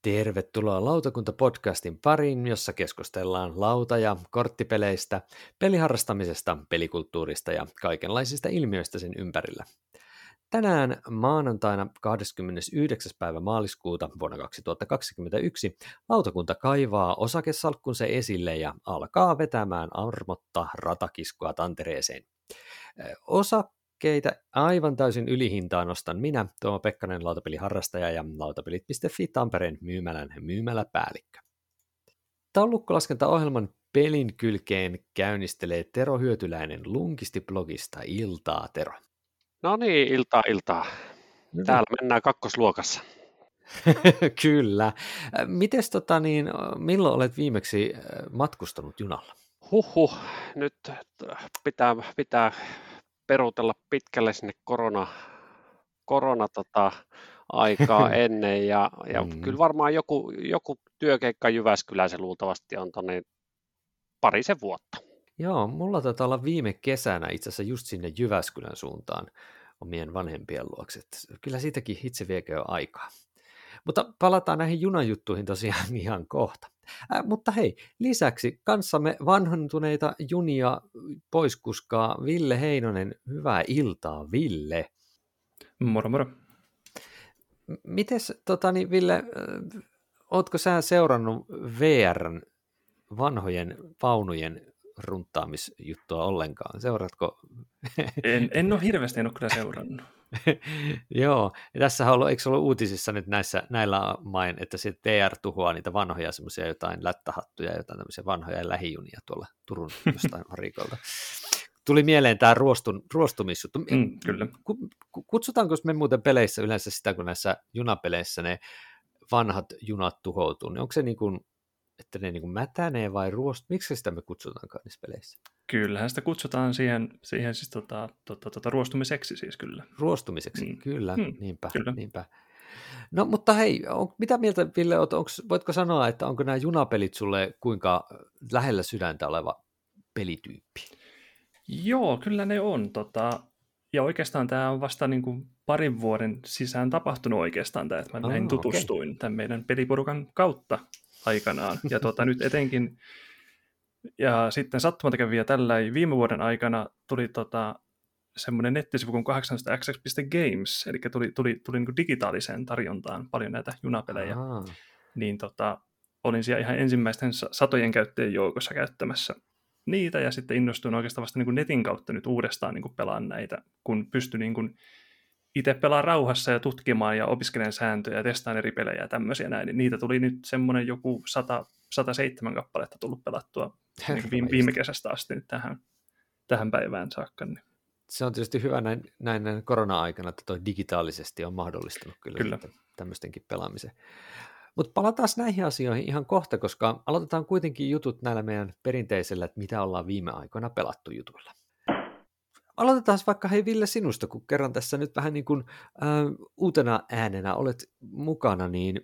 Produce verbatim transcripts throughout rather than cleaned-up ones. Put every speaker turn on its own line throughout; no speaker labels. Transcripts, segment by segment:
Tervetuloa Lautakunta-podcastin pariin, jossa keskustellaan lauta- ja korttipeleistä, peliharrastamisesta, pelikulttuurista ja kaikenlaisista ilmiöistä sen ympärillä. Tänään maanantaina kahdeskymmenesyhdeksäs päivä maaliskuuta vuonna kaksituhattakaksikymmentäyksi lautakunta kaivaa osakesalkkunsa esille ja alkaa vetämään armotta ratakiskoa tantereeseen. Osakkeita aivan täysin ylihintaan nostan minä, Tuomo Pekkanen, lautapeliharrastaja ja lautapelit piste fi Tampereen myymälän myymäläpäällikkö. Taulukkolaskentaohjelman pelin kylkeen käynnistelee Tero Hyötyläinen Lunkisti-blogista. Iltaa, Tero.
No niin, iltaa, iltaa. Täällä mennään kakkosluokassa.
Kyllä. Mites tota niin, milloin olet viimeksi matkustanut junalla?
Huhhuh, nyt pitää, pitää peruutella pitkälle sinne korona, korona tota, aikaa ennen ja, ja mm. kyllä varmaan joku, joku työkeikka Jyväskylässä luultavasti on tonne parisen vuotta.
Joo, mulla taitaa olla viime kesänä itse asiassa just sinne Jyväskylän suuntaan omien vanhempien luokse. Kyllä siitäkin itse viekö jo aikaa. Mutta palataan näihin junajuttuihin tosiaan ihan kohta. Äh, mutta hei, lisäksi kanssamme vanhentuneita junia poiskuskaa Ville Heinonen. Hyvää iltaa, Ville.
Moro, moro.
Mites, totani, Ville, äh, ootko sä seurannut V R:n vanhojen vaunujen runttaamisjuttua ollenkaan? Seuraatko?
En, en ole hirveästi, en ole kyllä seurannut.
Joo, ja tässä on ollut, eikö ollut uutisissa nyt näissä, näillä main, että se V R tuhoaa niitä vanhoja semmoisia jotain lättähattuja, jotain tämmöisiä vanhoja lähijunia tuolla Turun jostain varikolta. Tuli mieleen tämä ruostun, ruostumisjuttu.
Mm, kyllä.
Kutsutaanko me muuten peleissä yleensä sitä, kun näissä junapeleissä ne vanhat junat tuhoutuu, niin onko se niin kuin, että ne niin kuin mätänee vai ruost? Miksi sitä me kutsutaankaan niissä peleissä?
Kyllähän sitä kutsutaan siihen, siihen siis tota, tota, tota, ruostumiseksi siis kyllä.
Ruostumiseksi, mm. kyllä, mm, niinpä,
kyllä.
niinpä. No mutta hei, on, mitä mieltä Ville, onko, voitko sanoa, että onko nämä junapelit sulle kuinka lähellä sydäntä oleva pelityyppi?
Joo, kyllä ne on. Tota, ja oikeastaan tämä on vasta niin kuin parin vuoden sisään tapahtunut oikeastaan tämä, että mä näin oh, tutustuin okay. tämän meidän peliporukan kautta aikanaan. Ja tota, nyt etenkin, ja sitten sattumalta kävi tällä viime vuoden aikana tuli tota, semmoinen nettisivu kuin kahdeksantoista x x piste games, eli tuli, tuli, tuli niin kuin digitaaliseen tarjontaan paljon näitä junapelejä. Aha. Niin tota, olin siellä ihan ensimmäisten satojen käyttäjien joukossa käyttämässä niitä, ja sitten innostuin oikeastaan vasta niin kuin netin kautta nyt uudestaan niin kuin pelaan näitä, kun pystyi niin kuin itse pelaa rauhassa ja tutkimaan ja opiskelen sääntöjä ja testaan eri pelejä ja tämmöisiä näin. Niin niitä tuli nyt semmoinen joku sata, sata seitsemän kappaletta tullut pelattua niin viime, viime kesästä asti nyt tähän, tähän päivään saakka. Niin.
Se on tietysti hyvä näin, näin, näin korona-aikana, että toi digitaalisesti on mahdollistanut kyllä,
kyllä.
tämmöistenkin pelaamisen. Mutta palataan näihin asioihin ihan kohta, koska aloitetaan kuitenkin jutut näillä meidän perinteisellä, että mitä ollaan viime aikoina pelattu jutuilla. Aloitetaan vaikka hei Ville sinusta, kun kerran tässä nyt vähän niin kuin äh, uutena äänenä olet mukana, niin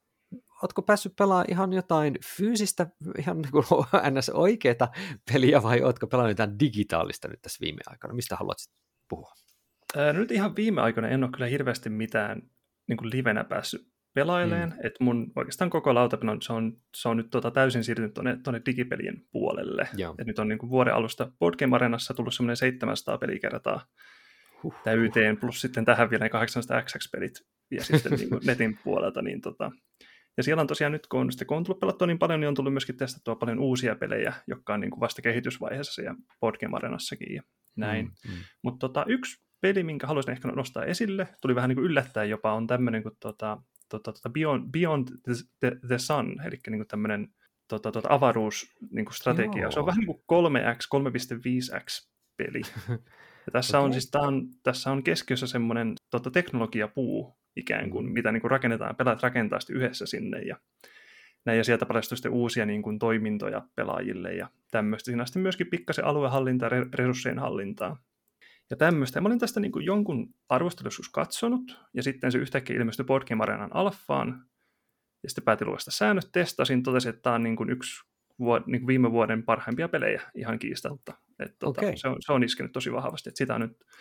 ootko päässyt pelaamaan ihan jotain fyysistä, ihan niin kuin ns. Oikeaa peliä, vai ootko pelannut jotain digitaalista nyt tässä viime aikana? Mistä haluat puhua?
Ää, nyt ihan viime aikoina en ole kyllä hirveästi mitään niin kuin livenä päässyt pelaileen, mm. että mun oikeastaan koko lautapeli se on, se on nyt tota täysin siirtynyt tuonne digipelien puolelle. Et nyt on niin kuin vuoden alusta Board Game Arenassa tullut semmoinen seitsemänsataa pelikertaa huh, täyteen, huh. plus sitten tähän vielä ne kahdeksansataa X X-pelit ja sitten niin kuin netin puolelta. Niin tota. Ja siellä on tosiaan nyt, kun on, sitten, kun on tullut pelattua niin paljon, niin on tullut myöskin testattua paljon uusia pelejä, jotka on niin kuin vasta kehitysvaiheessa siellä Board Game Arenassakin ja näin. Mm, mm. Mutta tota, yksi peli, minkä haluaisin ehkä nostaa esille, tuli vähän niin kuin yllättäen jopa, on tämmöinen kuin tota, Tota, tota Beyond, Beyond the, the, the Sun, eli niin tämmöinen tota, tota, avaruusstrategia. Niin se on vähän niin kuin kolme X, kolme pilkku viisi X peli. Ja tässä, okay. on, siis, on, tässä on keskiössä semmoinen tota, teknologiapuu ikään kuin, mm. mitä niin kuin rakennetaan, pelaat rakentaa sitten yhdessä sinne. Ja, näin, ja sieltä paljastuu sitten uusia niin kuin, toimintoja pelaajille ja tämmöistä. Siinä on sitten myöskin pikkasen aluehallintaa, resurssien hallintaa. Ja tämmöistä. Ja mä olin tästä niin kuin jonkun arvostelussa katsonut, ja sitten se yhtäkkiä ilmestyi Board Game Arenan alfaan, ja sitten päätin luvasta säännöt, testasin, totesin, että tämä on niin kuin yksi vuod- niin kuin viime vuoden parhaimpia pelejä ihan kiistatta. Että okay. tota, se, on, se on iskenyt tosi vahvasti, että sitä on nyt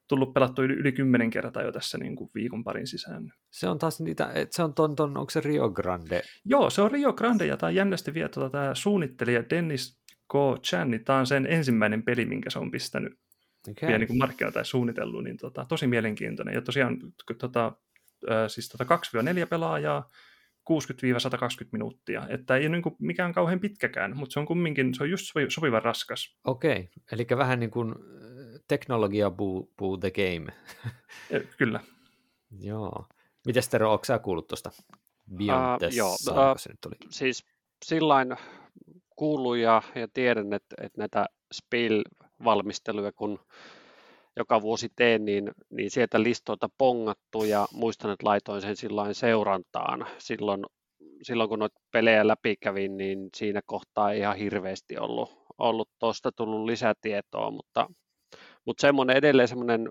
tullut pelattua yli, yli kymmenen kertaa jo tässä niin kuin viikon parin sisään.
Se on taas niitä, että se on ton, ton, onko se Rio Grande?
Joo, se on Rio Grande, ja tämä on jännästi vielä tuota, tämä suunnittelija Dennis K. Chan, niin tämä on sen ensimmäinen peli, minkä se on pistänyt
Okay.
vielä niin markkinoilla tai suunnitellut, niin tota, tosi mielenkiintoinen. Ja tosiaan tota, siis tota kaksi neljä pelaajaa, kuusikymmentä sata kaksikymmentä minuuttia. Että ei ole niin kuin mikään kauhean pitkäkään, mutta se on kumminkin, se on just sopivan raskas.
Okei, okay. Eli vähän niin kuin teknologia boo, boo the game.
Kyllä.
Joo. Mites Tero, ootko sä kuullut tuosta Beyond the
uh, Joo,
Sun,
uh,
se nyt oli?
Siis sillain kuullut ja, ja tiedän, että, että näitä Spiel-valmisteluja, kun joka vuosi teen, niin, niin sieltä listoilta pongattu ja muistan, että laitoin sen sillain seurantaan. Silloin, silloin kun noita pelejä läpikävin, niin siinä kohtaa ei ihan hirveästi ollut, ollut tuosta tullut lisätietoa, mutta, mutta semmoinen edelleen semmoinen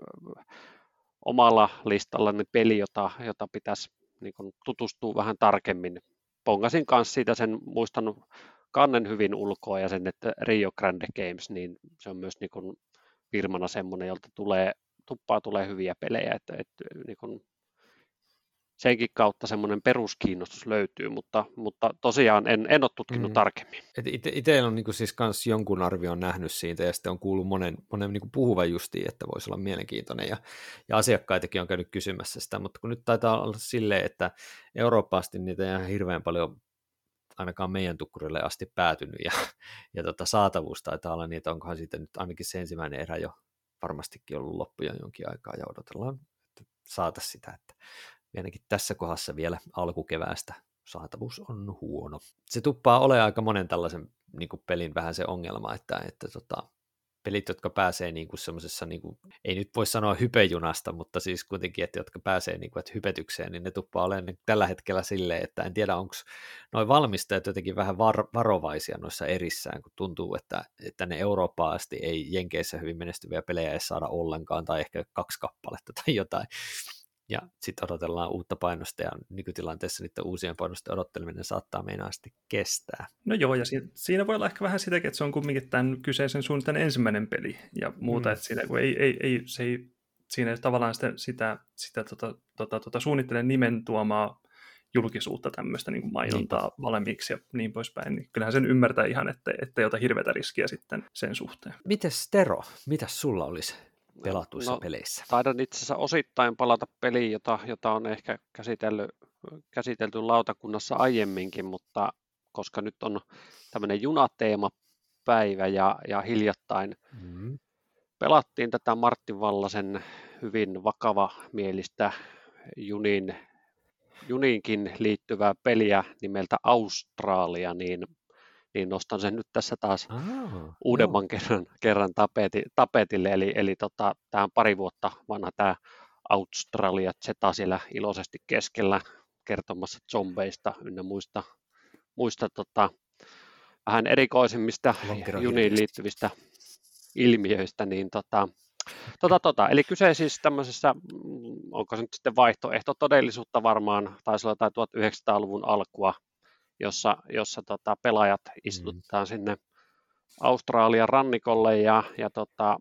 omalla listallani peli, jota, jota pitäisi niin kuin tutustua vähän tarkemmin. Pongasin kanssa siitä sen, muistan kannen hyvin ulkoa ja sen, että Rio Grande Games, niin se on myös niin kuin firmana semmoinen, jolta tulee, tuppaa tulee hyviä pelejä, että, että niin kuin senkin kautta semmoinen peruskiinnostus löytyy, mutta, mutta tosiaan en, en ole tutkinut mm. tarkemmin.
Itse on niin siis kans jonkun arvion nähnyt siitä ja sitten on kuullut monen, monen niin puhuvan justiin, että voisi olla mielenkiintoinen ja, ja asiakkaitakin on käynyt kysymässä sitä, mutta kun nyt taitaa olla silleen, että Euroopasta niitä ei ihan hirveän paljon ainakaan meidän tukkurille asti päätynyt ja, ja tota, saatavuus taitaa olla niin, että onkohan siitä nyt ainakin se ensimmäinen erä jo varmastikin ollut loppu jo jonkin aikaa ja odotellaan, että saataisiin sitä, että ainakin tässä kohdassa vielä alkukeväästä saatavuus on huono. Se tuppaa olemaan aika monen tällaisen niin kuin pelin vähän se ongelma, että, että tota, pelit, jotka pääsee niin kuin semmoisessa, niin kuin, ei nyt voi sanoa hypejunasta, mutta siis kuitenkin, että jotka pääsee niin kuin, että hypetykseen, niin ne tuppaa olemaan tällä hetkellä silleen, että en tiedä, onko noin valmistajat jotenkin vähän var- varovaisia noissa erissään, kun tuntuu, että, että ne Eurooppaan asti ei Jenkeissä hyvin menestyviä pelejä edes saada ollenkaan, tai ehkä kaksi kappaletta tai jotain. Ja sitten odotellaan uutta painosta, ja nykytilanteessa niiden uusien painosten odotteleminen saattaa meinaasti kestää.
No joo, ja siinä, siinä voi olla ehkä vähän sitäkin, että se on kumminkin tämän kyseisen suunnitelman ensimmäinen peli, ja muuta, mm. että siinä, kun ei, ei, ei, se ei, siinä ei tavallaan sitä, sitä, sitä tota, tota, tota, suunnittelen nimen tuomaa julkisuutta, tämmöistä niin kuin mainontaa niin valmiiksi ja niin poispäin, niin kyllähän sen ymmärtää ihan, että ei ota hirveätä riskiä sitten sen suhteen.
Mites Tero, mitäs sulla olisi pelatuissa no, peleissä?
Taidan itse asiassa osittain palata peliin, jota, jota on ehkä käsitelty, käsitelty lautakunnassa aiemminkin, mutta koska nyt on tämmöinen junateemapäivä ja, ja hiljattain mm. pelattiin tätä Martti Vallasen hyvin vakavamielistä junin, juniinkin liittyvää peliä nimeltä Australia, niin niin nostan sen nyt tässä taas ah, uudemman kerran, kerran tapeti, tapetille, eli, eli tota, tämä on pari vuotta vanha tämä Australia Zeta siellä iloisesti keskellä kertomassa zombeista ynnä muista, muista tota, vähän erikoisimmista juniin liittyvistä ilmiöistä, niin tota, tota, tota, eli kyse siis tämmöisessä, onko se nyt sitten vaihtoehto todellisuutta varmaan, taisi olla jotain tuhatyhdeksänsataaluvun alkua, jossa, jossa tota, pelaajat istutetaan mm. sinne Australian rannikolle ja, ja, tota,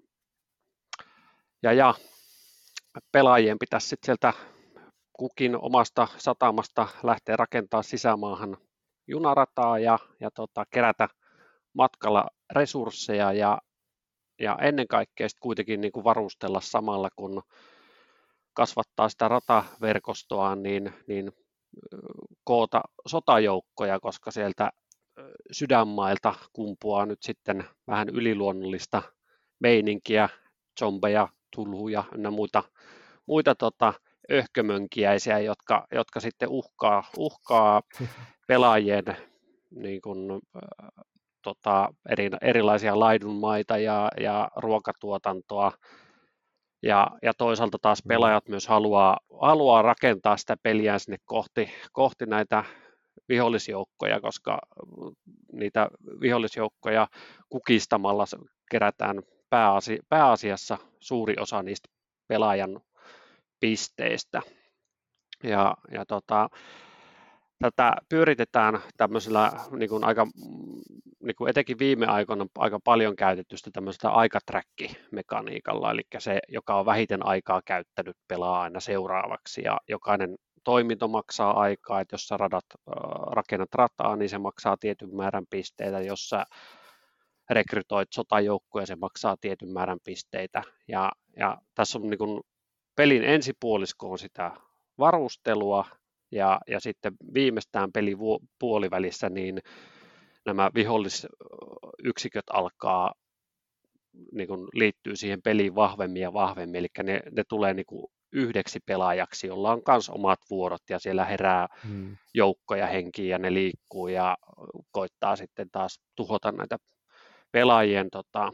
ja, ja pelaajien pitäisi sitten sieltä kukin omasta satamasta lähteä rakentamaan sisämaahan junarataa ja, ja tota, kerätä matkalla resursseja ja, ja ennen kaikkea sitten kuitenkin niin kuin varustella samalla, kun kasvattaa sitä rataverkostoaan, niin, niin koota sotajoukkoja, koska sieltä sydänmailta kumpuaa nyt sitten vähän yliluonnollista meininkiä, zombeja, tulhuja ynnä muita, muita tota, öhkömönkiäisiä, jotka, jotka sitten uhkaa, uhkaa pelaajien niin kun, tota, eri, erilaisia laidunmaita ja, ja ruokatuotantoa. Ja, ja toisaalta taas pelaajat myös haluaa, haluaa rakentaa sitä peliä sinne kohti, kohti näitä vihollisjoukkoja, koska niitä vihollisjoukkoja kukistamalla kerätään pääasi, pääasiassa suuri osa niistä pelaajan pisteistä. Ja, ja tota, tätä pyöritetään tämmöisellä niin kuin aika niin kuin etenkin viime aikoina aika paljon käytetty sitä tämmöistä aikatrack-mekaniikalla, eli se, joka on vähiten aikaa käyttänyt, pelaa aina seuraavaksi, ja jokainen toiminto maksaa aikaa, että jos sä radat, rakennat rataa, niin se maksaa tietyn määrän pisteitä, jos sä rekrytoit sotajoukkoja, se maksaa tietyn määrän pisteitä, ja, ja tässä on niin kuin pelin ensipuolisko on sitä varustelua, ja, ja sitten viimeistään pelin puolivälissä, niin nämä vihollisyksiköt alkaa niin kuin liittyy siihen peliin vahvemmin ja vahvemmin, eli ne, ne tulee niin kuin yhdeksi pelaajaksi, jolla on myös omat vuorot, ja siellä herää hmm. joukkoja henkiä, ja ne liikkuu, ja koittaa sitten taas tuhota näitä pelaajien tota,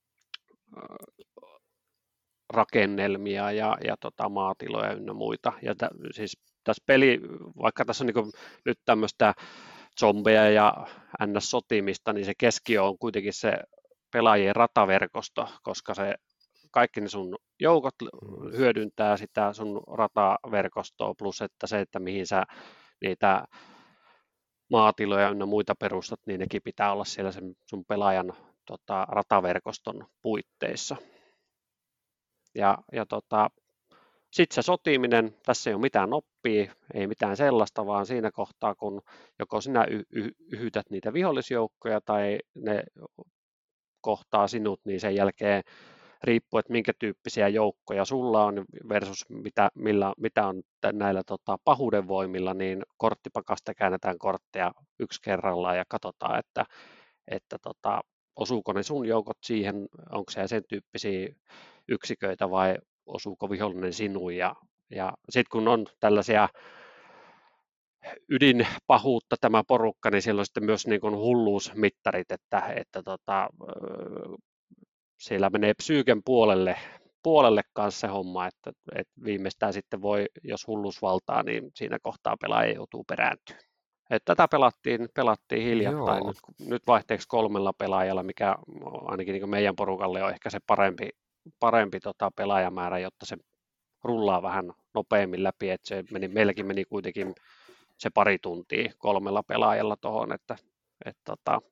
rakennelmia ja, ja tota, maatiloja ynnä muita. Ja tä, siis tässä peli, vaikka tässä on niin kuin nyt tämmöistä zombeja ja ns-sotimista, niin se keskiö on kuitenkin se pelaajien rataverkosto, koska se kaikki ne sun joukot hyödyntää sitä sun rataverkostoa, plus että se, että mihin sä niitä maatiloja ynnä muita perustat, niin nekin pitää olla siellä sen sun pelaajan tota, rataverkoston puitteissa. Ja, ja tota, sitten se sotiminen, tässä ei ole mitään oppia, ei mitään sellaista, vaan siinä kohtaa, kun joko sinä y- y- yhytät niitä vihollisjoukkoja tai ne kohtaa sinut, niin sen jälkeen riippuu, että minkä tyyppisiä joukkoja sulla on versus mitä, millä, mitä on näillä tota, pahuuden voimilla, niin korttipakasta käännetään kortteja yksi kerrallaan ja katsotaan, että, että tota, osuuko ne sun joukot siihen, onko se sen tyyppisiä yksiköitä vai osuuko vihollinen sinuun. Ja, ja sitten kun on tällaisia ydinpahuutta tämä porukka, niin siellä on sitten myös niin kuin hulluusmittarit, että, että tota, siellä menee psyyken puolelle, puolelle kanssa se homma, että, että viimeistään sitten voi, jos hulluus valtaa, niin siinä kohtaa pelaaja joutuu perääntyä. Että tätä pelattiin, pelattiin hiljattain nyt, nyt vaihteeksi kolmella pelaajalla, mikä ainakin niin kuin meidän porukalle on ehkä se parempi, parempi tota pelaajamäärä, jotta se rullaa vähän nopeammin läpi, että se meni, meilläkin meni kuitenkin se pari tuntia kolmella pelaajalla tuohon, että, että tota,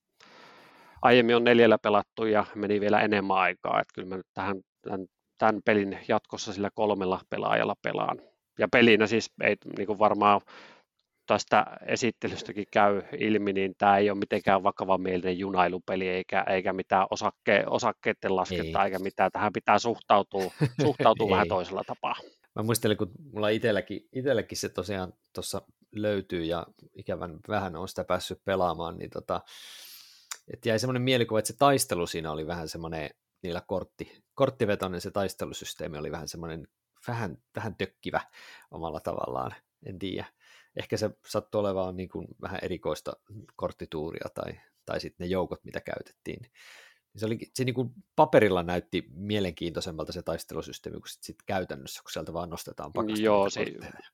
aiemmin on neljällä pelattu ja meni vielä enemmän aikaa, että kyllä mä nyt tähän, tämän, tämän pelin jatkossa sillä kolmella pelaajalla pelaan. Ja pelinä siis ei niin kuin varmaan tästä esittelystäkin käy ilmi, niin tämä ei ole mitenkään vakavamielinen junailupeli eikä, eikä mitään osakke, osakkeiden laskenta ei. Eikä mitään. Tähän pitää suhtautua, suhtautua vähän toisella tapaa.
Mä muistelin, kun mulla itselläkin, itselläkin se tosiaan tuossa löytyy ja ikävän vähän on sitä päässyt pelaamaan, niin tota, että jäi semmoinen mielikuva, että se taistelu siinä oli vähän semmoinen, niillä kortti, korttivetoinen se taistelusysteemi oli vähän semmoinen vähän, vähän tökkivä omalla tavallaan, en tiedä. Ehkä se sattuu olemaan niin kuin vähän erikoista korttituuria tai, tai sitten ne joukot, mitä käytettiin. Se, oli, se niin kuin paperilla näytti mielenkiintoisemmalta se taistelusysteemi kuin sit, sit käytännössä, kun sieltä vaan nostetaan pakasta. Joo, se,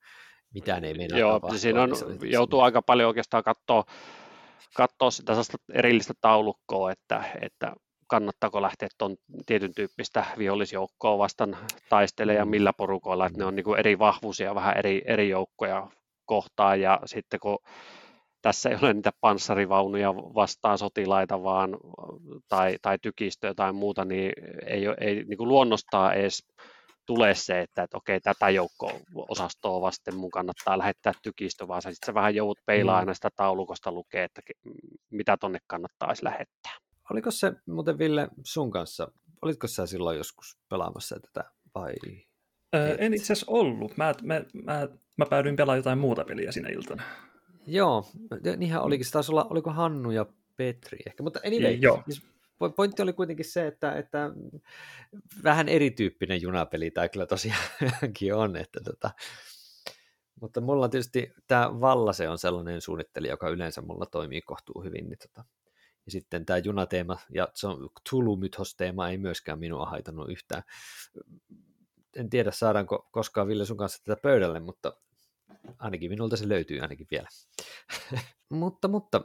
mitään ei meinaa
joo,
tapahtua.
Siinä on, niin joutuu aika paljon oikeastaan katsoa, katsoa sitä erillistä taulukkoa, että, että kannattaako lähteä tuon tietyn tyyppistä vihollisjoukkoa vastaan taistelemaan ja millä porukoilla, että ne on niin kuin eri vahvuisia, vähän eri, eri joukkoja kohtaan, ja sitten kun tässä ei ole niitä panssarivaunuja vastaan sotilaita vaan, tai, tai tykistöä tai muuta, niin ei, ei niin kuin luonnostaan edes tule se, että, että okei, tätä joukko-osastoa vasten mun kannattaa lähettää tykistö, vaan sitten sä vähän joudut peilaa aina sitä taulukosta lukea, että mitä tonne kannattaisi lähettää.
Oliko se muuten, Ville, sun kanssa, olitko sä silloin joskus pelaamassa tätä vai?
Öö, en itse asiassa ollut. Mä, mä, mä, mä päädyin pelaamaan jotain muuta peliä sinä iltana.
Joo, niinhän olikin. Se taisi olla, oliko Hannu ja Petri ehkä, mutta anyway,
Joo.
Pointti oli kuitenkin se, että, että vähän erityyppinen junapeli tämä kyllä tosiaankin on, että tota, mutta mulla tietysti tämä Vallase on sellainen suunnittelija, joka yleensä mulla toimii kohtuu hyvin, niin tota, ja sitten tämä junateema ja Cthulhu-mythos-teema ei myöskään minua haitannut yhtään. En tiedä, saadaanko koskaan Ville sun kanssa tätä pöydälle, mutta ainakin minulta se löytyy ainakin vielä. mutta, mutta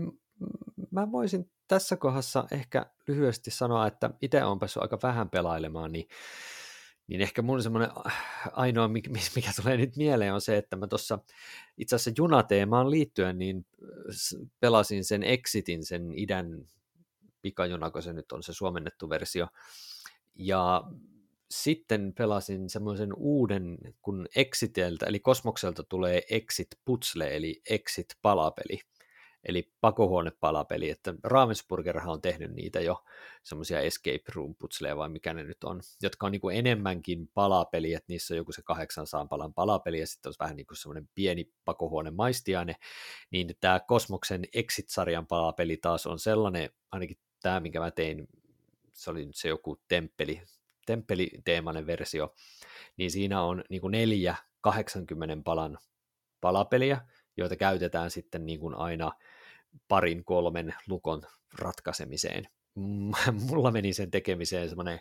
mä voisin tässä kohdassa ehkä lyhyesti sanoa, että itse olen päässyt aika vähän pelailemaan, niin Niin ehkä mun semmoinen ainoa, mikä tulee nyt mieleen, on se, että mä tuossa itse asiassa junateemaan liittyen, niin pelasin sen Exitin, sen idän pikajuna, kun se nyt on se suomennettu versio, ja sitten pelasin semmoisen uuden, kun Exiteltä, eli Kosmokselta tulee Exit Puzzle, eli Exit-palapeli, eli pakohuonepalapeli, että Ravensburgerhan on tehnyt niitä jo, semmoisia escape room puzzleja vai mikä ne nyt on, jotka on niin kuin enemmänkin palapeli, että niissä on joku se kahdeksansadan palan palapeli, ja sitten on vähän niin kuin semmoinen pieni pakohuone maistiaine, niin tämä Kosmoksen Exit-sarjan palapeli taas on sellainen, ainakin tämä, minkä mä tein, se oli nyt se joku temppeli, temppeliteemainen versio, niin siinä on niin kuin neljä kahdeksankymmenen palan palapeliä, joita käytetään sitten niin kuin aina parin kolmen lukon ratkaisemiseen. Mulla meni sen tekemiseen semmoinen,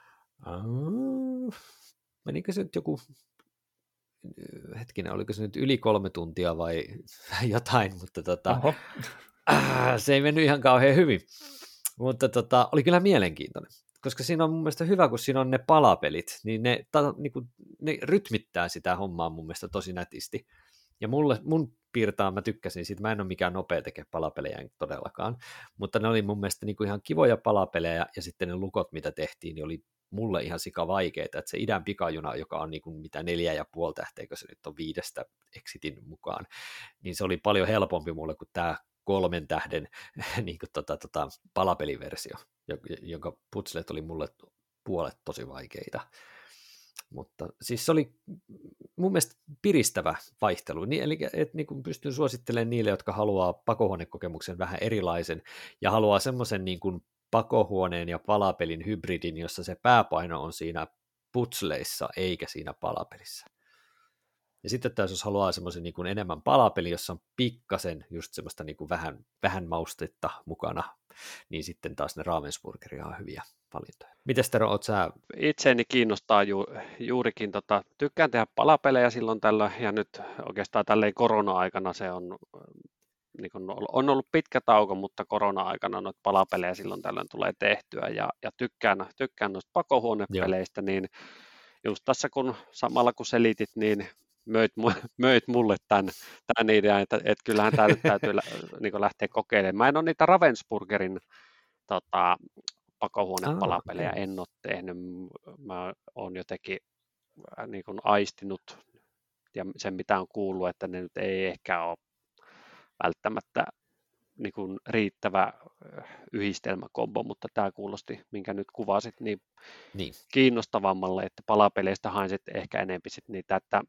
menikö se nyt joku, hetkinen, oliko se nyt yli kolme tuntia vai jotain, mutta tota, äh, se ei mennyt ihan kauhean hyvin, mutta tota, oli kyllä mielenkiintoinen. Koska siinä on mun mielestä hyvä, kun siinä on ne palapelit, niin ne, ta, niin kuin, ne rytmittää sitä hommaa mun mielestä tosi nätisti. Ja mulle, mun piirtaan mä tykkäsin siitä, mä en ole mikään nopea tekee palapelejä todellakaan, mutta ne oli mun mielestä niin kuin ihan kivoja palapelejä, ja sitten ne lukot, mitä tehtiin, niin oli mulle ihan sika vaikeita, että se idän pikajuna, joka on niin kuin mitä neljä ja puoli tähteä, kun se nyt on viidestä Exitin mukaan, niin se oli paljon helpompi mulle kuin tämä kolmen tähden niin kuin tota, tota, palapeliversio, jonka puzzlet oli mulle puolet tosi vaikeita. Mutta siis se oli mun mielestä piristävä vaihtelu, niin, eli että niin kuin pystyn suosittelemaan niille, jotka haluaa pakohuonekokemuksen vähän erilaisen ja haluaa semmoisen niin kuin pakohuoneen ja palapelin hybridin, jossa se pääpaino on siinä puzzleissa eikä siinä palapelissä. Ja sitten taas jos haluaa semmoisen niin kuin enemmän palapeli, jossa on pikkasen just semmoista niin kuin vähän, vähän maustetta mukana, niin sitten taas ne Ravensburgeria on hyviä valintoja. Mites Tero, oot sä?
Itseäni kiinnostaa ju, juurikin, tota, tykkään tehdä palapelejä silloin tällä, ja nyt oikeastaan tälleen korona-aikana se on, niin kuin on ollut pitkä tauko, mutta korona-aikana noita palapelejä silloin tällöin tulee tehtyä, ja, ja tykkään, tykkään noista pakohuonepeleistä, Joo. niin just tässä kun samalla kun selitit, niin möit, möit mulle tämän, tämän idean, että, että kyllähän tämä täytyy niin lähteä kokeilemaan. Mä en ole niitä Ravensburgerin tota, pakohuonepalapelejä, ah, okay. en ole tehnyt. Mä oon jotenkin niin kuin aistinut ja sen mitä on kuullut, että ne nyt ei ehkä ole välttämättä niin kuin riittävä yhdistelmäkombo, mutta tämä kuulosti, minkä nyt kuvasit, niin, niin. kiinnostavammalle, että palapeleistä hain sitten ehkä enemmän sit niitä, että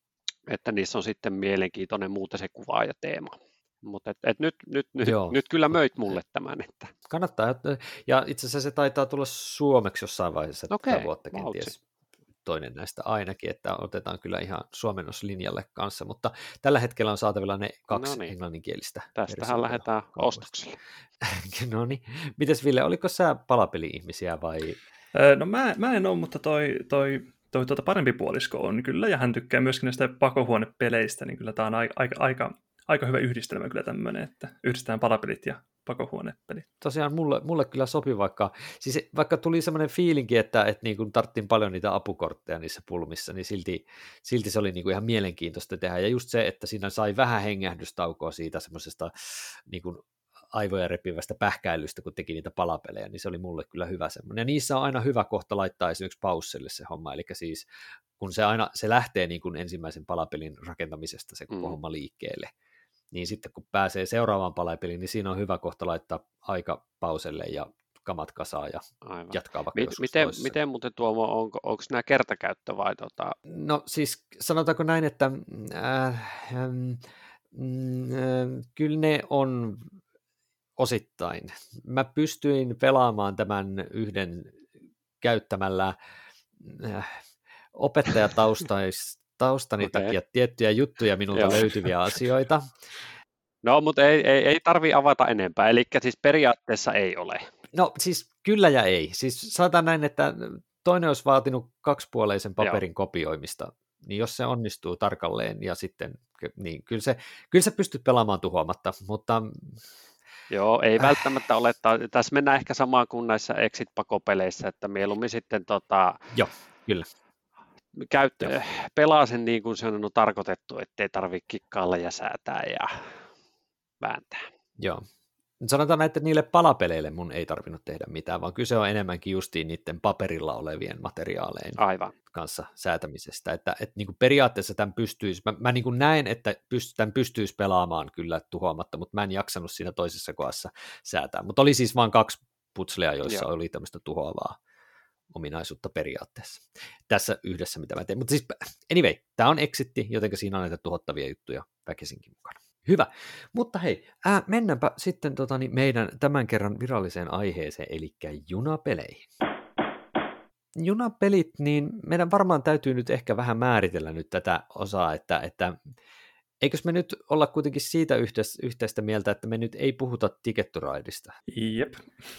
että niissä on sitten mielenkiintoinen muuta se kuva ja teema. Mutta et, et nyt, nyt, nyt, nyt kyllä möit mulle tämän. Että.
Kannattaa, ja itse asiassa se taitaa tulla suomeksi jossain vaiheessa okay, tätä vuotta kenties toinen näistä ainakin, että otetaan kyllä ihan suomennoslinjalle kanssa, mutta tällä hetkellä on saatavilla ne kaksi no niin. englanninkielistä.
Tästähän lähdetään ostoksille.
No niin, mites Ville, oliko sä palapeli-ihmisiä vai?
No mä, mä en ole, mutta toi... toi... Toi tuota parempi puolisko on kyllä, ja hän tykkää myöskin näistä pakohuonepeleistä, niin kyllä tämä on aika, aika, aika, aika hyvä yhdistelmä kyllä tämmöinen, että yhdistetään palapelit ja pakohuonepelit.
Tosiaan mulle, mulle kyllä sopi, vaikka, siis vaikka tuli semmoinen fiilinki, että, että niin kun tarttiin paljon niitä apukortteja niissä pulmissa, niin silti, silti se oli niin kuin ihan mielenkiintoista tehdä, ja just se, että siinä sai vähän hengähdystaukoa siitä semmoisesta niin kuin aivoja repivästä pähkäilystä, kun teki niitä palapelejä, niin se oli mulle kyllä hyvä semmoinen. Ja niissä on aina hyvä kohta laittaa esimerkiksi pausselle se homma, eli siis kun se aina se lähtee niin kuin ensimmäisen palapelin rakentamisesta se koko mm. homma liikkeelle, niin sitten kun pääsee seuraavaan palapeliin, niin siinä on hyvä kohta laittaa aika pauselle ja kamat kasaan ja Aivan. jatkaa vaikka
M- miten, miten muuten Tuomo, onko, onko nämä kertakäyttö vai tota?
No siis sanotaanko näin, että äh, äh, äh, kyllä ne on osittain. Mä pystyin pelaamaan tämän yhden käyttämällä äh, opettajataustani okay. takia tiettyjä juttuja minulta löytyviä asioita.
No, mutta ei, ei, ei tarvitse avata enempää, eli siis periaatteessa ei ole.
No siis kyllä ja ei. Siis sanotaan näin, että toinen olisi vaatinut kaksipuoleisen paperin Joo. kopioimista, niin jos se onnistuu tarkalleen ja sitten, niin kyllä se, kyllä se pystyt pelaamaan tuhoamatta, mutta
Joo, ei välttämättä ole. Tässä mennään ehkä samaan kuin näissä exit-pakopeleissä, että mieluummin sitten tota,
Joo, Kyllä.
Käyttö, pelaa sen niin kuin se on tarkoitettu, ettei tarvitse kikkailla ja säätää ja vääntää.
Joo. Sanotaan, että niille palapeleille mun ei tarvinnut tehdä mitään, vaan kyse on enemmänkin justiin niiden paperilla olevien materiaalejen
Aivan.
kanssa säätämisestä. Että, että niin kuin periaatteessa tämän pystyisi, mä, mä niin kuin näen, että pyst, tämän pystyisi pelaamaan kyllä tuhoamatta, mutta mä en jaksanut siinä toisessa kohdassa säätää. Mutta oli siis vain kaksi putslea, joissa Joo. oli tämmöistä tuhoavaa ominaisuutta periaatteessa. Tässä yhdessä, mitä mä teen. Mutta siis anyway, tämä on exitti, jotenka siinä on näitä tuhottavia juttuja väkisinkin mukana. Hyvä, mutta hei, ää, mennäänpä sitten tota, niin meidän tämän kerran viralliseen aiheeseen, eli junapeleihin. Junapelit, niin meidän varmaan täytyy nyt ehkä vähän määritellä nyt tätä osaa, että, että eikös me nyt olla kuitenkin siitä yhteistä, yhteistä mieltä, että me nyt ei puhuta Ticket to Rideista.
Jep.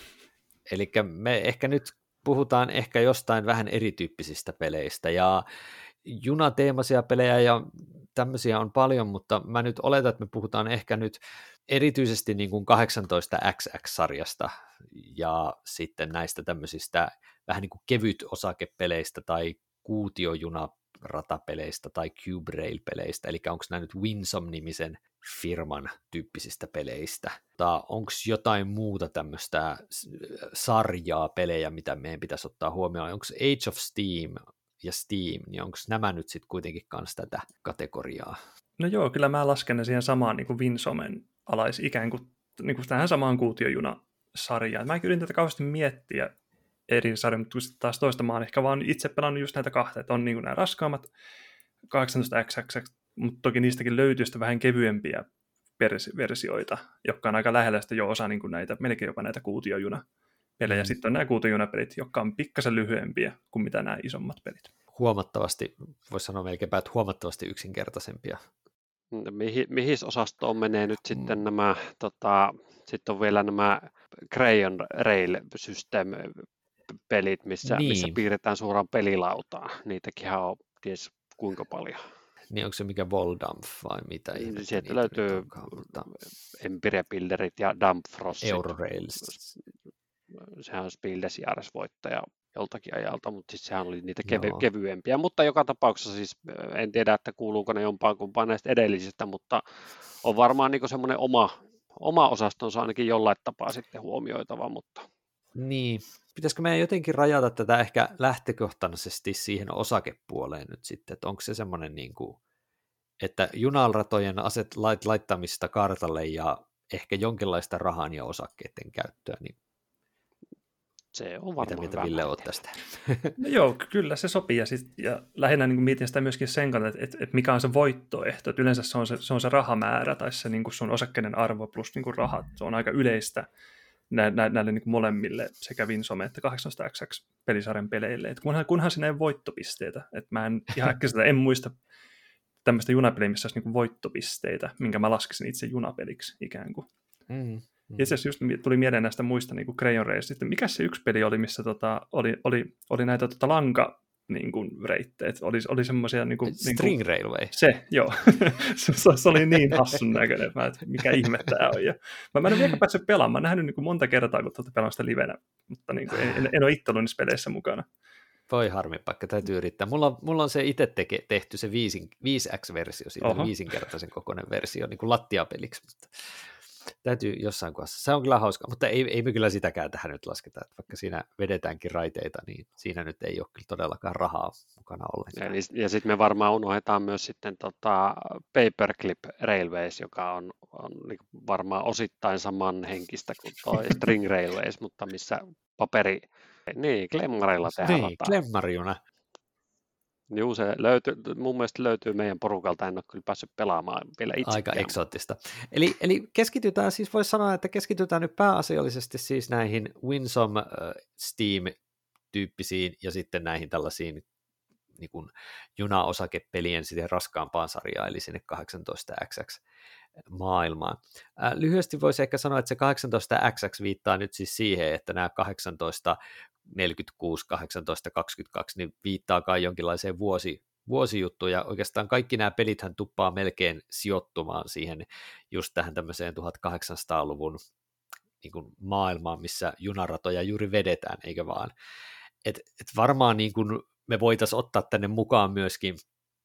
Eli me ehkä nyt puhutaan ehkä jostain vähän erityyppisistä peleistä, ja junateemaisia pelejä ja tämmöisiä on paljon, mutta mä nyt oletan, että me puhutaan ehkä nyt erityisesti niin kuin kahdeksantoista X X-sarjasta ja sitten näistä tämmöisistä vähän niin kuin kevyt osakepeleistä tai kuutiojunaratapeleistä tai Cube Rail-peleistä, eli onko nämä nyt Winsome-nimisen firman tyyppisistä peleistä, tai onko jotain muuta tämmöistä sarjaa pelejä, mitä meidän pitäisi ottaa huomioon, onko Age of Steam ja Steam, niin onko nämä nyt sitten kuitenkin kanssa tätä kategoriaa?
No joo, kyllä mä lasken ne siihen samaan niin kuin Winsomen alais, ikään kuin, niin kuin tähän samaan kuutiojuna-sarjaan. Mä yritin tätä kauheasti miettiä eri sarjoja, mutta taas toista mä oon ehkä vaan itse pelannut just näitä kahta, että on niin kuin nämä raskaammat kahdeksantoista X X, mutta toki niistäkin löytyy sitä vähän kevyempiä vers- versioita, jotka on aika lähellä sitä jo osa niin kuin näitä, melkein jopa näitä kuutiojuna-pelejä. Mm. Sitten on nämä kuutiojunapelit, jotka on pikkasen lyhyempiä kuin mitä nämä isommat pelit.
Huomattavasti, voisi sanoa melkeinpä, että huomattavasti yksinkertaisempia.
Mihin, mihin osastoon menee nyt sitten mm. nämä, tota, sitten on vielä nämä Crayon Rail System pelit, missä, niin. missä piirretään suoraan pelilautaan. Niitäkin on ties kuinka paljon.
Niin onko se mikä Voldamp vai mitä?
Niin, sieltä löytyy onkaan, mutta... Empire Builderit ja Dampfrostit.
Eurorails.
Sehän on Spildesjäres-voittaja joltakin ajalta, mutta siis sehän oli niitä kevy- kevyempiä. Mutta joka tapauksessa siis en tiedä, että kuuluuko ne jompaan kumpaan näistä edellisistä, mutta on varmaan niin semmoinen oma, oma osastonsa ainakin jollain tapaa sitten huomioitava, mutta...
Niin, pitäisikö meidän jotenkin rajata tätä ehkä lähtökohtaisesti siihen osakepuoleen nyt sitten, että onko se semmoinen niin kuin, että junalratojen aset laittamista kartalle ja ehkä jonkinlaista rahan ja osakkeiden käyttöä, niin
se on varmaan
mitä mieltä Ville olet tästä?
No joo, kyllä se sopii ja, sit, ja lähinnä niin mietin sitä myöskin sen kannalta, että, että mikä on se voittoehto, että yleensä se on se, se, on se rahamäärä tai se niin kuin sun osakkeiden arvo plus niin kuin rahat, se on aika yleistä nä, nä, näille niin kuin molemmille sekä Winsome että kahdeksantoista X X-pelisarjan peleille, että kunhan, kunhan siinä ei voittopisteitä, että mä en ihan äkkiseltä en muista tämmöistä junapeliä, missä olisi niin kuin voittopisteitä, minkä mä laskisin itse junapeliksi ikään kuin. Mm. Ja itse asiassa just tuli mieleen näistä muista niin kuin Crayon Rails. Sitten mikä se yksi peli oli, missä tota, oli, oli, oli näitä tota, lanka niin kuin, reitteet. Oli, oli semmoisia... Niin kuin,
String
niin kuin,
Railway.
Se, joo. se, se oli niin hassun näköinen, että, mä, että mikä ihme tämä on. Ja, mä, mä en ole vielä päässyt pelaamaan. Mä oon nähnyt niin kuin monta kertaa, kun tuota pelaan sitä livenä, mutta niin kuin, en, en, en ole itse ollut niissä peleissä mukana.
Voi harmi, pakka, täytyy yrittää. Mulla on, mulla on se itse teke, tehty se viisi X-versio, siitä Oho. viisinkertaisen kokoinen versio, niin kuin lattiapeliksi, mutta... Täytyy jossain kohdassa. Se on kyllä hauska, mutta ei, ei me kyllä sitäkään tähän nyt lasketa, että vaikka siinä vedetäänkin raiteita, niin siinä nyt ei ole kyllä todellakaan rahaa mukana ollenkaan.
Ja, ja sitten me varmaan unohdetaan myös sitten tota Paperclip Railways, joka on, on niin varmaan osittain samanhenkistä kuin tuo String Railways, mutta missä paperi, niin klemmarilla tehdään
niin, rataa. Klemmarijuna.
Juu, se löytyy, mun mielestä löytyy meidän porukalta, en ole kyllä päässyt pelaamaan vielä itse.
Aika eksoottista. Eli, eli keskitytään, siis voisi sanoa, että keskitytään nyt pääasiallisesti siis näihin Winsome uh, Steam-tyyppisiin ja sitten näihin tällaisiin niin kuin juna-osakepelien sitten raskaampaan sarjaan, eli sinne kahdeksantoista X X-maailmaan. Äh, lyhyesti voisi ehkä sanoa, että se kahdeksantoista X X viittaa nyt siis siihen, että nämä kahdeksantoista neljäkymmentäkuusi, kahdeksantoista kaksikymmentäkaksi, niin viittaakaan jonkinlaiseen vuosi, vuosijuttuun, ja oikeastaan kaikki nämä pelithän tuppaa melkein sijoittumaan siihen just tähän tämmöiseen tuhatkahdeksansataaluvun niin kuin maailmaan, missä junaratoja juuri vedetään, eikä vaan. Et, et varmaan niin kuin me voitaisiin ottaa tänne mukaan myöskin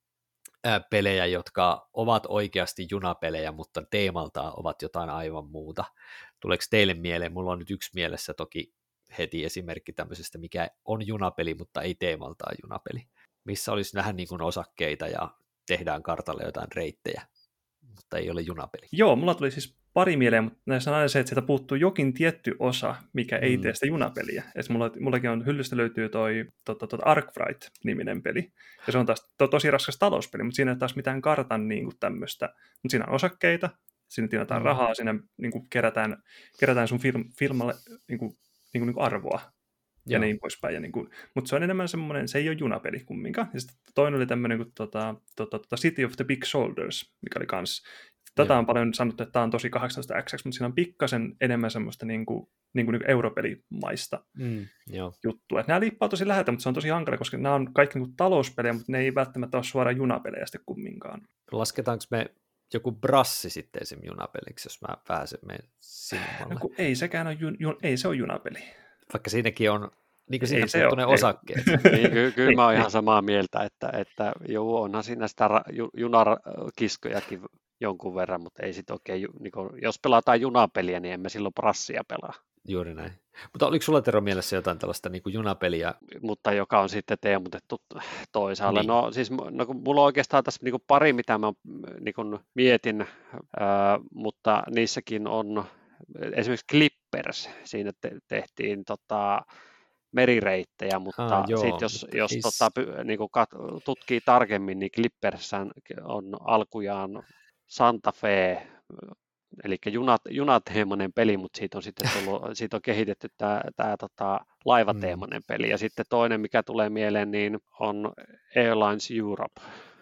ää, pelejä, jotka ovat oikeasti junapelejä, mutta teemaltaan ovat jotain aivan muuta. Tuleeko teille mieleen? Mulla on nyt yksi mielessä toki heti esimerkki tämmöisestä, mikä on junapeli, mutta ei teemaltaan junapeli. Missä olisi vähän niin kuin osakkeita ja tehdään kartalle jotain reittejä, mutta ei ole junapeli.
Joo, mulla tuli siis pari mieleen, mutta näissä on aina se, että sieltä puuttuu jokin tietty osa, mikä ei mm. tee sitä junapeliä. Et mulla, mullakin on, hyllystä löytyy toi to, to, to, Arkfright-niminen peli, ja se on taas to, tosi raskas talouspeli, mutta siinä ei ole taas mitään kartan niin kuin tämmöistä. Mutta siinä on osakkeita, siinä tienataan mm. rahaa, siinä niin kuin kerätään, kerätään sun firm, firmalle niin kuin, niin kuin, niin kuin arvoa. Ja Joo. niin poispäin. Ja niin kuin, mutta se on enemmän semmoinen, se ei ole junapeli kumminkaan. Ja sitten toinen oli tämmöinen kuin tota, tota, tota City of the Big Shoulders, mikä oli kans. Tätä Joo. on paljon sanottu, että tämä on tosi kahdeksantoista x, mutta siinä on pikkasen enemmän semmoista niin kuin, niin kuin, niin kuin europelimaista mm, juttua. Et nämä liippaa tosi läheltä, mutta se on tosi hankala, koska nämä on kaikki niin kuin talouspelejä, mutta ne ei välttämättä ole suoraan junapelejä sitten kumminkaan.
Lasketaanko me joku brassi sitten esim. Junapeliksi, jos mä pääsen meidän simmalle?
No, ei sekään ole, jun, jun, ei se ole junapeli.
Vaikka siinäkin on niin kuin siinä puuttuu ne osakkeet.
Niin, ky- kyllä mä oon ihan samaa mieltä, että, että joo, onhan siinä sitä ra- junarkiskojakin jonkun verran, mutta ei sit oikein, niin kun, jos pelataan junapeliä, niin emme silloin brassia pelaa.
Juuri näin. Mutta oliko sulla, Tero, mielessä jotain tällaista niin kuin junapeliä?
Mutta joka on sitten teemutettu toisaalle.
Niin.
No siis no, kun mulla on oikeastaan tässä niin kuin pari, mitä mä niin kuin mietin, ää, mutta niissäkin on esimerkiksi Clippers, siinä te- tehtiin tota, merireittejä, mutta ah, sitten jos, jos is... tota, niin kuin kat- tutkii tarkemmin, niin Clippers on alkujaan Santa Fe, eli junat, junateemainen peli, mutta siitä on sitten tullut, siitä on kehitetty tämä, tämä tota, laivateemainen mm. peli. Ja sitten toinen, mikä tulee mieleen, niin on Airlines Europe,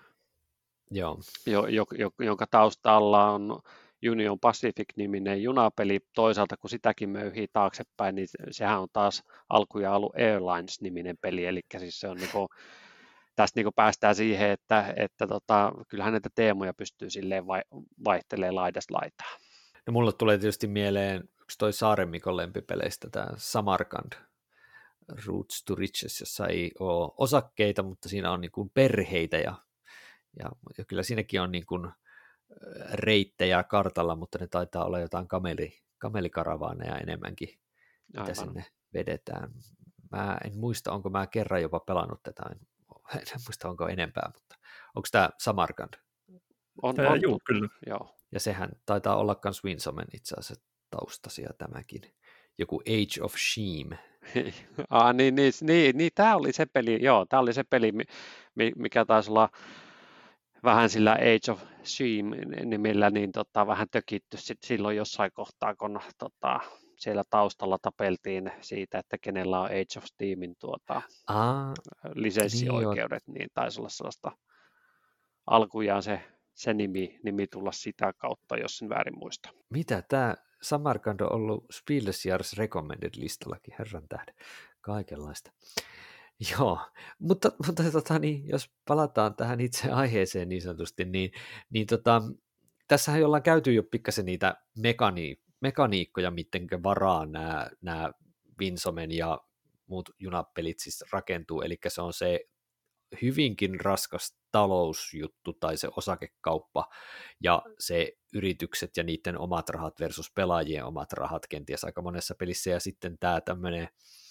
Joo.
Jo, jo, jo, jonka taustalla on Union Pacific-niminen junapeli. Toisaalta, kun sitäkin möyhii taaksepäin, niin sehän on taas alkujaan ollut Airlines-niminen peli, eli siis se on niinku, tästä niin päästään siihen, että, että tota, kyllähän näitä teemoja pystyy silleen vai, vaihtelemaan laidasta laitaan.
No mulle tulee tietysti mieleen yksi toi Saaren Mikon lempipeleistä, tämä Samarkand, Roots to Riches, jossa ei ole osakkeita, mutta siinä on niin kuin perheitä ja, ja, ja kyllä siinäkin on niin kuin reittejä kartalla, mutta ne taitaa olla jotain kameli, kamelikaravaneja enemmänkin, mitä Aivan. sinne vedetään. Mä en muista, onko mä kerran jopa pelannut tätä, en, en muista, onko enempää, mutta onko tämä Samarkand?
On, on.
Joo, kyllä.
Joo.
Ja sehän taitaa olla myös Winsomen itse asiassa taustasia tämäkin. Joku Age of Shame.
ah, niin, niin, niin, niin tämä oli se peli, joo, tämä oli se peli, mikä taisi olla vähän sillä Age of Shame-nimellä niin tota, vähän tökitty sit silloin jossain kohtaa, kun tota, siellä taustalla tapeltiin siitä, että kenellä on Age of Steamin tuota,
ah,
lisenssioikeudet, niin, niin taisi olla sellaista alkujaan se, se nimi, nimi tulla sitä kautta, jos sen väärin muista.
Mitä tämä Samarkand on ollut Spielesjahrs Recommended-listallakin, herran tähden, kaikenlaista. Joo, mutta, mutta tota, niin, jos palataan tähän itse aiheeseen niin sanotusti, niin, niin tota, tässähän ollaan käyty jo pikkasen niitä mekani, mekaniikkoja, miten varaan nämä, nämä Winsomen ja muut junapelit siis rakentuu, eli se on se hyvinkin raskas talousjuttu tai se osakekauppa ja se yritykset ja niiden omat rahat versus pelaajien omat rahat kenties aika monessa pelissä ja sitten tämä tämmöinen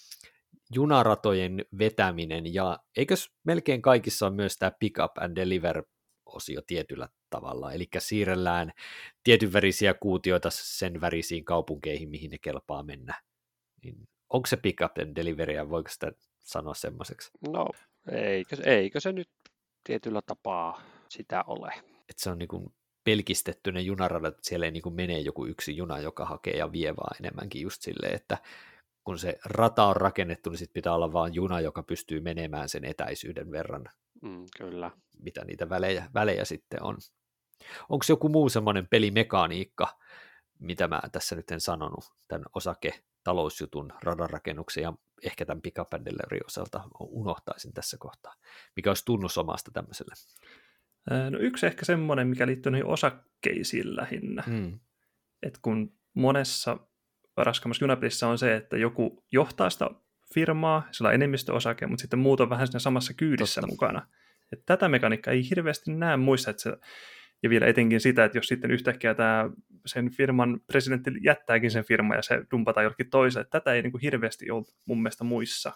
junaratojen vetäminen ja eikös melkein kaikissa on myös tämä pick up and deliver osio tietyllä tavalla, eli siirrellään tietyn värisiä kuutioita sen värisiin kaupunkeihin, mihin ne kelpaa mennä. Niin onko se pick up and deliver ja voiko sitä sanoa semmoiseksi?
No eikö, eikö se nyt tietyllä tapaa sitä ole?
Että se on niin kuin pelkistetty ne junaradat, että siellä ei niin kuin mene joku yksi juna, joka hakee ja vie vaan enemmänkin just silleen, että kun se rata on rakennettu, niin sit pitää olla vaan juna, joka pystyy menemään sen etäisyyden verran,
mm, kyllä.
mitä niitä välejä, välejä sitten on. Onko joku muu semmoinen pelimekaniikka, mitä mä tässä nyt en sanonut, tämän osake-talousjutun radanrakennuksen ja ehkä tämän pick up and delivery osalta unohtaisin tässä kohtaa, mikä olisi tunnusomasta tämmöiselle?
No yksi ehkä semmoinen, mikä liittyy noihin osakkeisiin lähinnä, mm. että kun monessa raskaammassa junapelissä on se, että joku johtaa sitä firmaa, sillä on enemmistöosake, mutta sitten muut on vähän siinä samassa kyydissä Totta. mukana. Et tätä mekaniikkaa ei hirveästi näe muissa, että se, ja vielä etenkin sitä, että jos sitten yhtäkkiä tämä sen firman presidentti jättääkin sen firman ja se dumpataan jollekin toiselle, tätä ei niin kuin hirveästi ole mun mielestä muissa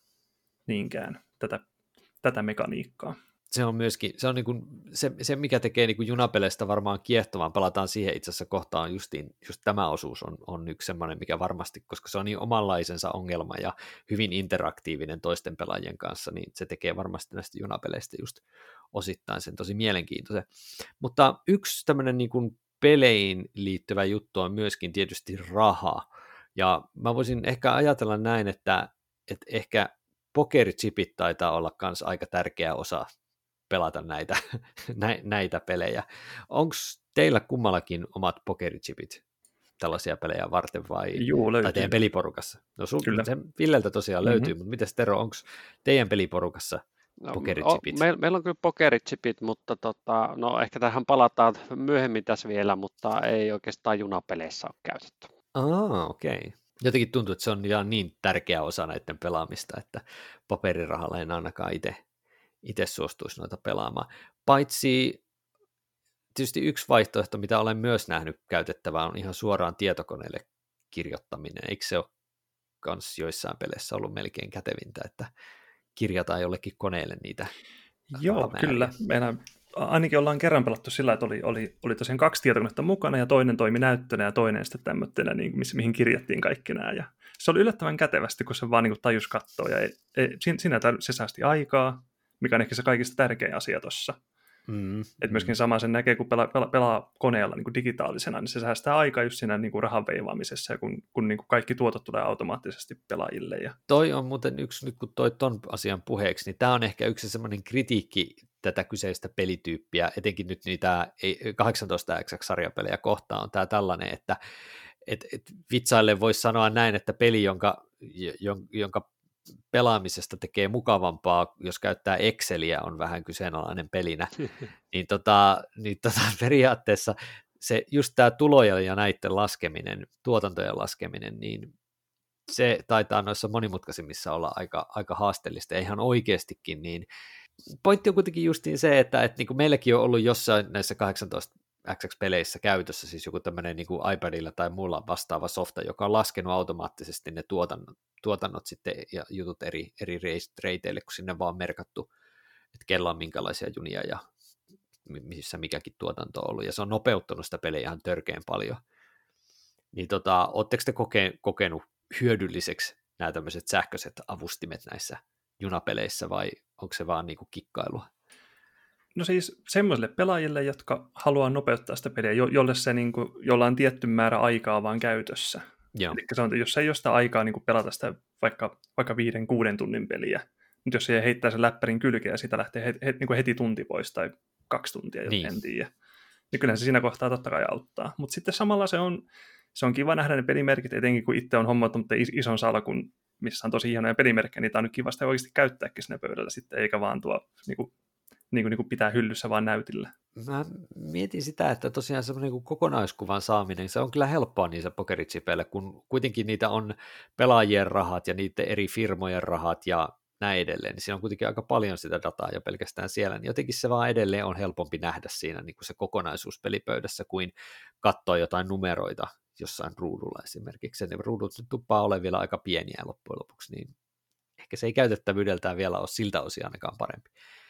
niinkään, tätä, tätä mekaniikkaa.
Se on myöskin, se on niin kuin, se, se mikä tekee niin kuin junapeleistä varmaan kiehtovan, palataan siihen itse asiassa kohtaan, justiin, just tämä osuus on, on yksi semmoinen, mikä varmasti, koska se on niin omanlaisensa ongelma ja hyvin interaktiivinen toisten pelaajien kanssa, niin se tekee varmasti näistä junapeleistä just osittain sen tosi mielenkiintoisen. Mutta yksi tämmöinen niin kuin peleihin liittyvä juttu on myöskin tietysti raha, ja mä voisin ehkä ajatella näin, että, että ehkä pokerichipit taitaa olla myös aika tärkeä osa pelata näitä, näitä pelejä. Onko teillä kummallakin omat pokerichipit tällaisia pelejä varten vai
Juu, löytyy.
Tai teidän peliporukassa? No sun, sen Villeltä tosiaan mm-hmm. löytyy, mutta mites Tero, onko teidän peliporukassa pokerichipit?
No, me, meillä on kyllä pokerichipit, mutta tota, no ehkä tähän palataan myöhemmin tässä vielä, mutta ei oikeastaan junapeleissä ole käytetty.
Ah, okei. Okay. Jotenkin tuntuu, että se on ihan niin tärkeä osa näiden pelaamista, että paperirahalla en ainakaan itse itse suostuisi noita pelaamaan. Paitsi tietysti yksi vaihtoehto, mitä olen myös nähnyt käytettävää, on ihan suoraan tietokoneelle kirjoittaminen. Eikö se ole kans joissain peleissä ollut melkein kätevintä, että kirjataan jollekin koneelle niitä?
Joo, kyllä. Meidän ainakin ollaan kerran pelattu sillä, että oli, oli, oli tosiaan kaksi tietokonetta mukana ja toinen toimi näyttönä ja toinen sitten tämmöisenä, niin, mihin kirjattiin kaikki nämä. Ja se oli yllättävän kätevästi, kun se vaan niin tajus katsoa ja ei, ei, siinä se säästi aikaa, mikä on ehkä se kaikista tärkein asia tuossa. Mm, että myöskin mm. sama sen näkee, kun pelaa, pelaa, pelaa koneella niin kuin digitaalisena, niin se säästää aikaa just siinä niin kuin rahan veivaamisessa, kun, kun niin kuin kaikki tuotot tulee automaattisesti pelaajille. Ja...
Toi on muuten yksi, nyt kun toi ton asian puheeksi, niin tämä on ehkä yksi semmoinen kritiikki tätä kyseistä pelityyppiä, etenkin nyt niitä kahdeksantoista X-sarjapelejä kohtaan on tämä tällainen, että et, et vitsaille voisi sanoa näin, että peli, jonka, jonka pelaamisesta tekee mukavampaa, jos käyttää Exceliä, on vähän kyseenalainen pelinä, niin, tota, niin tota, periaatteessa se, just tämä tulojen ja näiden laskeminen, tuotantojen laskeminen, niin se taitaa noissa monimutkaisimmissa olla aika, aika haasteellista, ja ihan oikeastikin, niin pointti on kuitenkin justiin se, että, että niin kuin meilläkin on ollut jossain näissä kahdeksantoista X-peleissä käytössä siis joku tämmöinen niin kuin iPadilla tai muulla vastaava softa, joka on laskenut automaattisesti ne tuotannot, tuotannot sitten ja jutut eri, eri reiteille, kun sinne vaan on merkattu, että kello on minkälaisia junia ja missä mikäkin tuotanto on ollut, ja se on nopeuttanut sitä pelejä ihan törkeän paljon. Niin tota, ootteko te koke, kokenut hyödylliseksi nämä tämmöiset sähköiset avustimet näissä junapeleissä, vai onko se vaan niin kuin kikkailua?
No siis semmoisille pelaajille, jotka haluaa nopeuttaa sitä peliä, jo, jolle se, niin kuin, jolla on tietty määrä aikaa vaan käytössä. Eli se on, jos ei ole sitä aikaa niin kuin pelata sitä vaikka, vaikka viiden, kuuden tunnin peliä, mutta jos se heittää sen läppärin kylkeä ja siitä lähtee heti, heti, niin kuin heti tunti pois tai kaksi tuntia, niin. en tiedä, niin kyllähän se siinä kohtaa totta kai auttaa. Mutta sitten samalla se on, se on kiva nähdä ne pelimerkit, etenkin kun itse on hommannut ison salkun, missä on tosi hienoja pelimerkkejä, niin tämä on nyt kiva sitä oikeasti käyttääkin siinä pöydällä sitten, eikä vaan tuo niin kuin, niin kuin, niin kuin pitää hyllyssä vaan näytillä.
Mä mietin sitä, että tosiaan semmoinen niin kokonaiskuvan saaminen, se on kyllä helppoa niissä pokerichipeillä, kun kuitenkin niitä on pelaajien rahat ja niiden eri firmojen rahat ja näin edelleen, niin siinä on kuitenkin aika paljon sitä dataa jo pelkästään siellä, niin jotenkin se vaan edelleen on helpompi nähdä siinä niin kuin se kokonaisuus pelipöydässä, kuin katsoa jotain numeroita jossain ruudulla esimerkiksi. Ne ruudut tuppaa olemaan vielä aika pieniä loppujen lopuksi, niin ehkä se ei käytettävyydeltään vielä ole siltä osin ainakaan parempi.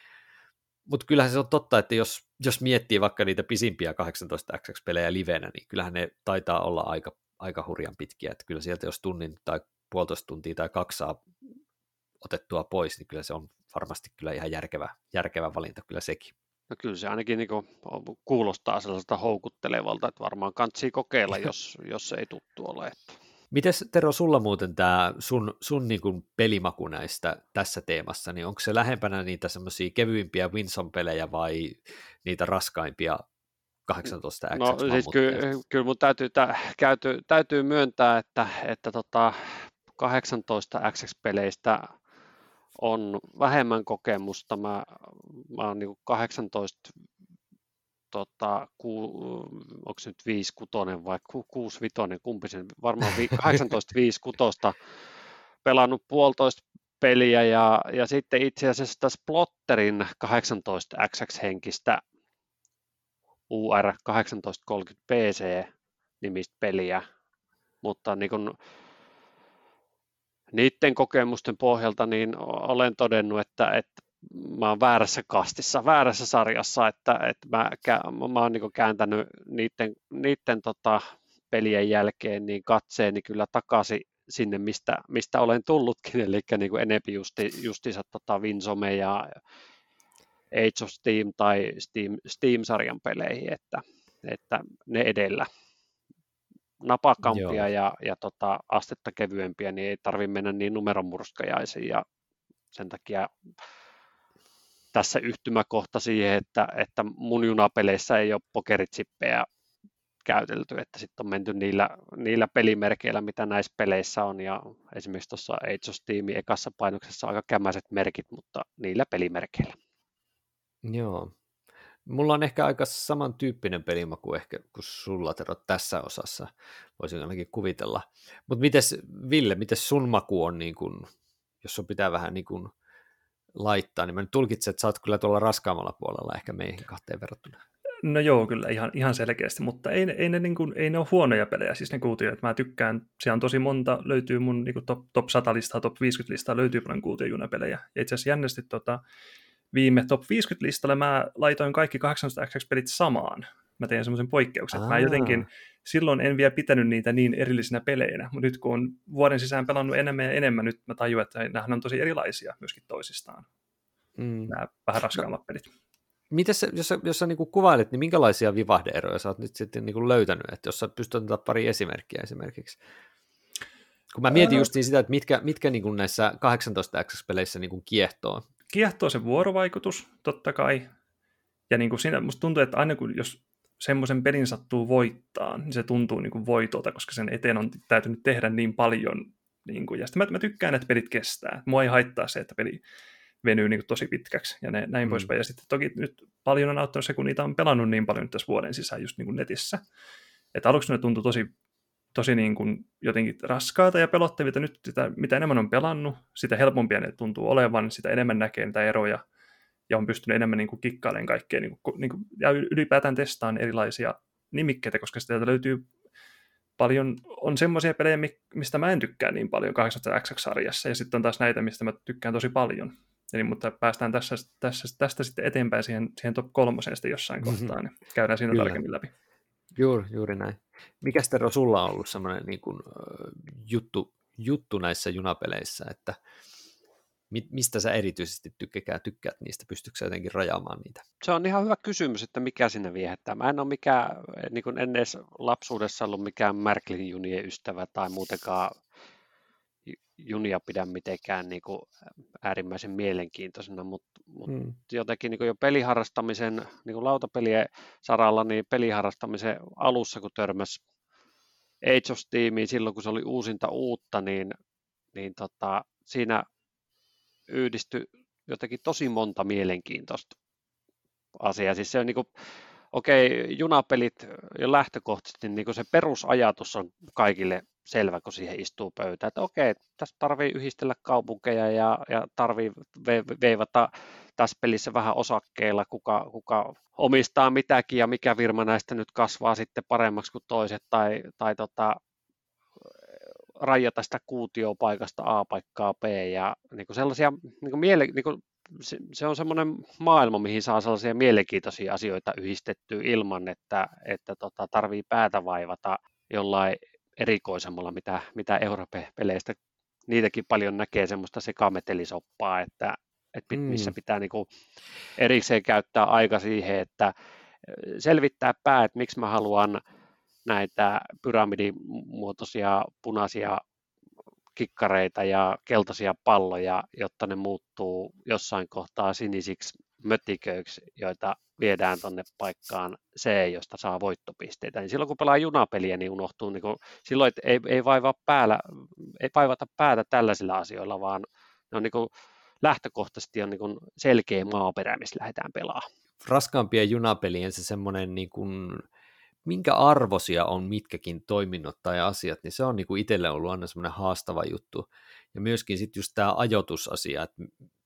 Mutta kyllähän se on totta, että jos, jos miettii vaikka niitä pisimpiä kahdeksantoista X-pelejä livenä, niin kyllähän ne taitaa olla aika, aika hurjan pitkiä, että kyllä sieltä jos tunnin tai puolitoista tuntia tai kaksi saa otettua pois, niin kyllä se on varmasti kyllä ihan järkevä, järkevä valinta kyllä sekin.
No kyllä se ainakin niin kuin kuulostaa sellaiselta houkuttelevalta, että varmaan kantsii kokeilla, jos, jos se ei tuttu ole. Että.
Mites Tero, sulla muuten tämä sun, sun niin kuin pelimaku näistä tässä teemassa, niin onko se lähempänä niitä semmoisia kevyimpiä Winson-pelejä vai niitä raskaimpia kahdeksantoista X?
No siis ky- kyllä mun täytyy, tä- täytyy, täytyy myöntää, että, että tota kahdeksantoista X-peleistä on vähemmän kokemusta. Mä, mä oon niin kahdeksantoista, tota, ku, onko se nyt viisi kuusi vai kuusi viisi, kumpi sen, varmaan kahdeksantoista viisi kuusi pelannut puolitoista peliä ja, ja sitten itse asiassa Splotterin kahdeksantoista X X-henkistä U R kahdeksantoistakolmekymmentä P C-nimistä peliä, mutta niin kun niiden kokemusten pohjalta niin olen todennut, että, että mä oon väärässä kastissa, väärässä sarjassa, että, että mä, mä oon niin kääntänyt niiden, niiden tota, pelien jälkeen niin katseeni kyllä takaisin sinne, mistä, mistä olen tullutkin, eli niin kuin enempi justi, justiinsa tota Winsome ja Age of Steam tai Steam, Steam-sarjan peleihin, että, että ne edellä. Napakampia ja, ja tota, astetta kevyempiä, niin ei tarvitse mennä niin numeronmurskajaisiin, ja sen takia tässä yhtymäkohta siihen, että, että mun junapeleissä ei ole pokeritsippejä käytelty, että sitten on menty niillä, niillä pelimerkeillä, mitä näissä peleissä on, ja esimerkiksi tuossa Age of Steamin ekassa painoksessa aika kämäiset merkit, mutta niillä pelimerkeillä.
Joo. Mulla on ehkä aika samantyyppinen pelimaku ehkä kuin sulla, Tero, tässä osassa, voisin ainakin kuvitella. Mutta mites, Ville, mites sun maku on, niin kun, jos sun pitää vähän niin kun laittaa, niin mä nyt tulkitsen, että sä oot kyllä tuolla raskaammalla puolella ehkä meihin kahteen verrattuna.
No joo, kyllä ihan, ihan selkeästi, mutta ei, ei, ne, niin kuin, ei ne ole huonoja pelejä, siis ne kuutiot. Mä tykkään, siellä on tosi monta, löytyy mun niin kuin top, top sata-listaa, top viisikymmentä-listaa, löytyy paljon kuutiojunapelejä. Ja itse asiassa jännästi tota, viime top viisikymmentä-listalle mä laitoin kaikki kahdeksantoista X X-pelit samaan. Mä tein semmoisen poikkeuksen. Mä jotenkin, silloin en vielä pitänyt niitä niin erillisinä peleinä, mutta nyt kun on vuoden sisään pelannut enemmän ja enemmän, nyt mä tajuan, että nämä on tosi erilaisia myöskin toisistaan. Mm. Nämä vähän raskaammat no. pelit.
Mites, jos sä, jos sä niinku kuvailet, niin minkälaisia vivahde-eroja sä oot nyt sitten niinku löytänyt, että jos sä pystyt antaa pari esimerkkiä esimerkiksi? Kun mä mietin just niin sitä, että mitkä, mitkä niinku näissä kahdeksantoista X X-peleissä niinku kiehtoo.
Kiehtoo se vuorovaikutus, totta kai. Ja niinku siinä musta tuntuu, että aina kun jos semmoisen pelin sattuu voittaa, niin se tuntuu niinku voitolta, koska sen eteen on täytynyt tehdä niin paljon. Niinku. Ja sitten mä, mä tykkään, että pelit kestää. Mua ei haittaa se, että peli venyy niin kuin tosi pitkäksi ja ne, näin mm. poispäin. Ja sitten toki nyt paljon on auttanut se, kun niitä on pelannut niin paljon tässä vuoden sisään just niin kuin netissä. Että aluksi ne tuntui tosi, tosi niin kuin jotenkin raskaata ja pelottavilta. Nyt sitä, mitä enemmän on pelannut, sitä helpompia ne tuntuu olevan, sitä enemmän näkee niitä eroja ja on pystynyt enemmän niin kuin kikkailemaan kaikkea niin kuin, niin kuin, ja ylipäätään testaan erilaisia nimikkeitä, koska sieltä löytyy paljon, on semmoisia pelejä, mistä mä en tykkää niin paljon kahdeksantoista X X-sarjassa ja sitten on taas näitä, mistä mä tykkään tosi paljon. Eli, mutta päästään tässä, tässä, tästä sitten eteenpäin siihen, siihen top kolmoseen sitten jossain mm-hmm. kohtaa, niin käydään siinä Kyllä. tarkemmin läpi.
Juuri, juuri näin. Mikäs Tero sulla on ollut semmoinen niin kuin, juttu, juttu näissä junapeleissä, että mi, mistä sä erityisesti tykkää, tykkäät niistä, pystytkö sä jotenkin rajaamaan niitä?
Se on ihan hyvä kysymys, että mikä sinne viehättää. Mä en ole mikään, niin kuin en edes lapsuudessa ollut mikään Märklin junien ystävä tai muutenkaan junia pidä mitenkään niin kuin äärimmäisen mielenkiintoisena, mutta mut hmm. jotenkin niin kuin jo peliharrastamisen, niin kuin lautapelien saralla, niin peliharrastamisen alussa, kun törmäsi Age of Steamiin silloin, kun se oli uusinta uutta, niin, niin tota, siinä yhdistyi jotenkin tosi monta mielenkiintoista asiaa. Siis se on niin kuin, okei, okay, junapelit jo lähtökohtaisesti, niin kuin se perusajatus on kaikille selvä, kun siihen istuu pöytään, että okei, tässä tarvii yhdistellä kaupunkeja ja, ja tarvii veivata tässä pelissä vähän osakkeilla, kuka, kuka omistaa mitäkin ja mikä firma näistä nyt kasvaa sitten paremmaksi kuin toiset, tai, tai tota, rajata sitä kuutiopaikasta A paikkaa B, ja niin kuin sellaisia, niin kuin miele, niin kuin se, se on semmoinen maailma, mihin saa sellaisia mielenkiintoisia asioita yhdistettyä ilman, että, että tota, tarvii päätä vaivata jollain erikoisemmalla, mitä, mitä Europe-peleistä, niitäkin paljon näkee semmoista sekametelisoppaa, että, että missä pitää niinku erikseen käyttää aika siihen, että selvittää pää, että miksi mä haluan näitä pyramidimuotoisia punaisia kikkareita ja keltaisia palloja, jotta ne muuttuu jossain kohtaa sinisiksi mötiköiksi, joita viedään tuonne paikkaan C, josta saa voittopisteitä. Niin silloin kun pelaa junapeliä, niin unohtuu, niin kuin, silloin ei, ei, vaivaa päällä, ei vaivata päätä tällaisilla asioilla, vaan ne on niin kuin, lähtökohtaisesti on niin kuin selkeä maaperä, missä lähdetään pelaamaan.
Raskaampien junapelien se semmoinen niin kuin minkä arvoisia on mitkäkin toiminnot tai asiat, niin se on niin kuin itselle ollut aina semmoinen haastava juttu. Ja myöskin sitten just tämä ajoitusasia, että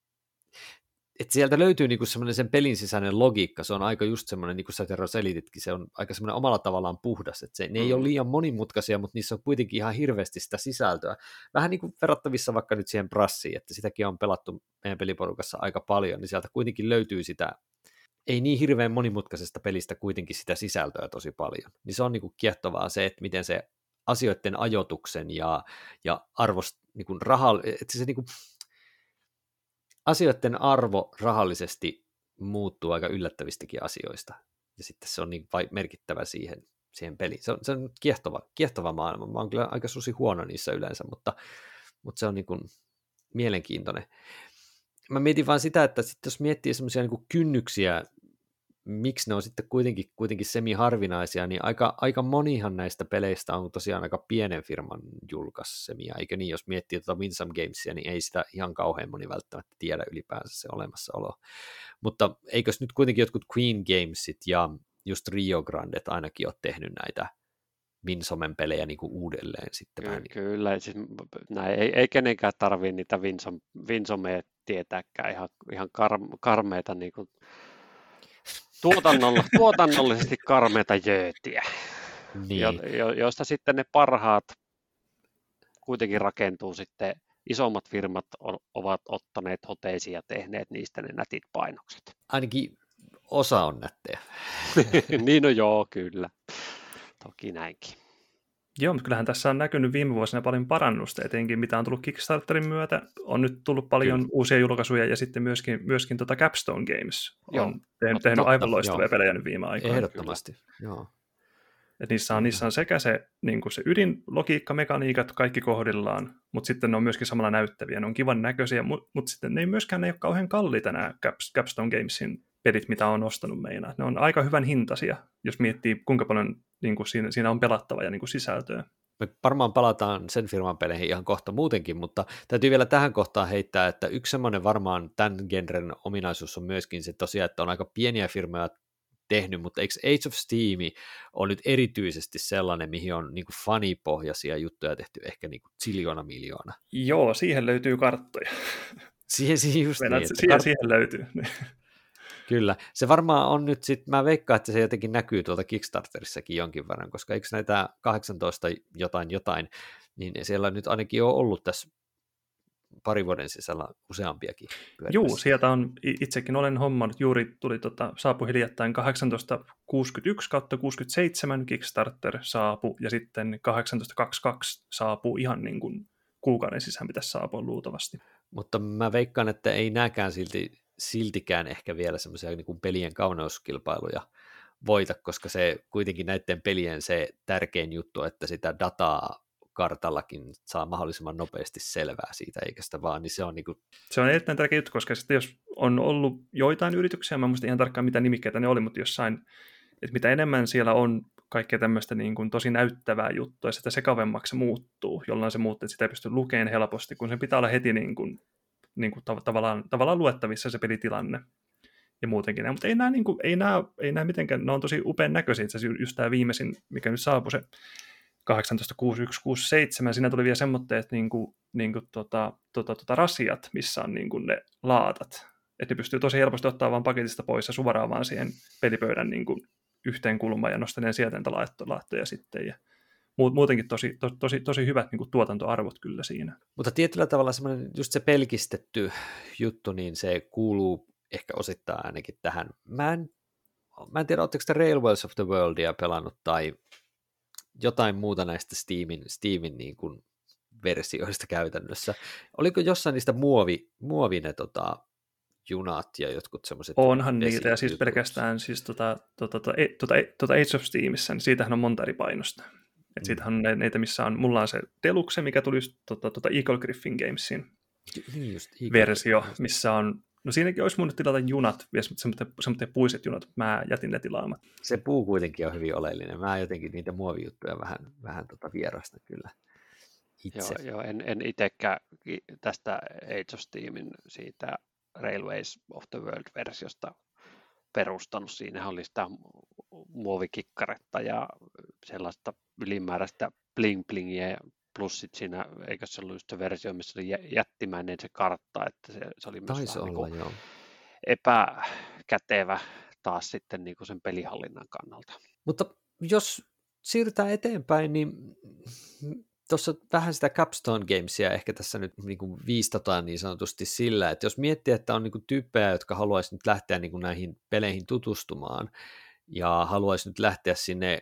että sieltä löytyy niinku semmoinen sen pelin sisäinen logiikka, se on aika just semmoinen, niin kuin sä Tero selititkin, se on aika semmoinen omalla tavallaan puhdas, että se, ne ei ole liian monimutkaisia, mutta niissä on kuitenkin ihan hirveästi sitä sisältöä. Vähän niin kuin verrattavissa vaikka nyt siihen Brassiin, että sitäkin on pelattu meidän peliporukassa aika paljon, niin sieltä kuitenkin löytyy sitä, ei niin hirveän monimutkaisesta pelistä kuitenkin sitä sisältöä tosi paljon. Niin se on niinku kiehtovaa se, että miten se asioiden ajoituksen ja, ja arvost, niinku rahal, että se niinku, asioiden arvo rahallisesti muuttuu aika yllättävistäkin asioista, ja sitten se on niin vai merkittävä siihen, siihen peliin. Se on, se on kiehtova, kiehtova maailma. Mä oon kyllä aika susi huono niissä yleensä, mutta, mutta se on niin kuin mielenkiintoinen. Mä mietin vaan sitä, että sitten jos miettii semmoisia niin kuin kynnyksiä, miksi ne on sitten kuitenkin, kuitenkin semi-harvinaisia, niin aika, aika monihan näistä peleistä on tosiaan aika pienen firman julkaisemia, eikö niin, jos miettii tuota Winsome Gamesia, niin ei sitä ihan kauhean moni välttämättä tiedä ylipäänsä se olemassaolo. Mutta eikös nyt kuitenkin jotkut Queen Gamesit ja just Rio Grandet ainakin ole tehnyt näitä Winsomen pelejä niin kuin uudelleen sitten.
Ky-
vähän niin.
Kyllä, siis näin, ei, ei kenenkään tarvitse niitä Winsom, Winsomeja tietääkään, ihan, ihan kar, karmeita niin kuin Tuotannolla, tuotannollisesti karmeita jöötiä,
Niin.
jo, jo, joista sitten ne parhaat kuitenkin rakentuu sitten, isommat firmat o, ovat ottaneet hoteisiin ja tehneet niistä ne nätit painokset.
Ainakin osa on nättejä.
Niin no joo, kyllä. Toki näinkin.
Joo, mutta kyllähän tässä on näkynyt viime vuosina paljon parannusta, etenkin mitä on tullut Kickstarterin myötä. On nyt tullut paljon Kyllä. uusia julkaisuja, ja sitten myöskin, myöskin tota Capstone Games
Joo,
on tehnyt,
totta,
tehnyt aivan loistavia
joo.
pelejä nyt viime aikoina.
Ehdottomasti, joo.
Et niissä, on, niissä on sekä se, niin kuin se ydinlogiikka, mekaniikat, kaikki kohdillaan, mutta sitten ne on myöskin samalla näyttäviä, ne on kivan näköisiä, mutta mut sitten ne ei myöskään ne ei ole kauhean kalliita nämä Capstone Gamesin pelit, mitä on ostanut meinaa. Ne on aika hyvän hintaisia, jos miettii kuinka paljon niin kuin siinä, siinä on pelattavaa ja niin kuin sisältöä.
Me varmaan palataan sen firman peleihin ihan kohta muutenkin, mutta täytyy vielä tähän kohtaan heittää, että yksi semmoinen varmaan tämän genren ominaisuus on myöskin se tosiaan, että on aika pieniä firmoja tehnyt, mutta eikö Age of Steam on nyt erityisesti sellainen, mihin on niin kuin fanipohjaisia juttuja tehty ehkä niin kuin ziljoona miljoona?
Joo, siihen löytyy karttoja.
Siihen, siihen just
Meinaat,
niin.
Siihen, kart... siihen löytyy.
Kyllä. Se varmaan on nyt sitten, mä veikkaan, että se jotenkin näkyy tuolta Kickstarterissakin jonkin verran, koska eikö näitä kahdeksantoista jotain jotain, niin siellä nyt ainakin on ollut tässä pari vuoden sisällä useampiakin pyörimässä.
Juu, sieltä on, itsekin olen hommannut, juuri tuli tota, saapui hiljattain kahdeksantoista kuusikymmentäyksi kautta kuusikymmentäseitsemän Kickstarter saapui, ja sitten kahdeksantoista kaksikymmentäkaksi saapuu ihan niin kuin kuukauden sisään pitäisi saapua luultavasti.
Mutta mä veikkaan, että ei nääkään silti, siltikään ehkä vielä semmoisia niin kuin pelien kauneuskilpailuja voita, koska se kuitenkin näiden pelien se tärkein juttu, että sitä dataa kartallakin saa mahdollisimman nopeasti selvää siitä, eikä sitä vaan, niin se on niin kuin...
Se on erittäin tärkeä juttu, koska sitten jos on ollut joitain yrityksiä, mä en muista ihan tarkkaan mitä nimikkeitä ne oli, mutta jossain, että mitä enemmän siellä on kaikkea tämmöistä niin kuin tosi näyttävää juttua, ja sitä sekavemmaksi se muuttuu, jolloin se muuttuu, että sitä ei pysty lukemaan helposti, kun se pitää olla heti niin kuin, niin kuin tav- tavallaan, tavallaan luettavissa se pelitilanne ja muutenkin. Mutta ei nämä, niin kuin, ei nämä, ei nämä mitenkään, ne on tosi upean näköisiä, itse asiassa just tämä viimeisin, mikä nyt saapui se kahdeksantoista kuusikymmentäyksi kuusikymmentäseitsemän, siinä tuli vielä semmoitteet niin kuin, niin kuin, tota, tota, tota, rasiat, missä on niin kuin ne laatat. Että ne pystyy tosi helposti ottaa vaan paketista pois ja suoraan vaan siihen pelipöydän niin kuin yhteen kulmaan ja nostaneen sieltä niitä laattoja sitten. Ja muutenkin tosi, to, tosi, tosi hyvät niin kuin tuotantoarvot kyllä siinä.
Mutta tietyllä tavalla semmoinen just se pelkistetty juttu, niin se kuuluu ehkä osittain ainakin tähän. Mä en, mä en tiedä, oletteko te Railways of the Worldia pelannut tai jotain muuta näistä Steamin, Steamin niin kuin versioista käytännössä. Oliko jossain niistä muovi, muovi ne tota, junat ja jotkut semmoiset...
Onhan niitä, ja siis pelkästään siis tota, tota, tota, tota, tota Age of Steamissa, niin siitähän on monta eri painosta. Et mm. siitähän on neitä, missä on, mulla on se Deluxe, mikä tuli just tota, tota Eagle Griffin Gamesin
niin just,
versio, missä on, no siinäkin olisi mun tilata junat, semmoiset puiset junat, mä jätin ne tilaamaan.
Se puu kuitenkin on hyvin oleellinen, mä jotenkin niitä muovijuttuja vähän, vähän tota vierasta kyllä itse.
Joo, joo en, en itsekään tästä Age of Steamin siitä Railways of the World-versiosta perustanut. Siinähän oli sitä muovikikkaretta ja sellaista ylimääräistä bling-blingiä, plus sit siinä, eikö se ollut just se versio, missä oli jättimäinen se kartta, että se, se oli myös
Taisi
vähän
olla,
niin
joo.
epäkätevä taas sitten niin kuin sen pelihallinnan kannalta.
Mutta jos siirrytään eteenpäin, niin tuossa vähän sitä Capstone Gamesia ehkä tässä nyt niin kuin viistataan niin sanotusti sillä, että jos miettii, että on niin kuin tyyppejä, jotka haluaisi nyt lähteä niin kuin näihin peleihin tutustumaan ja haluaisi nyt lähteä sinne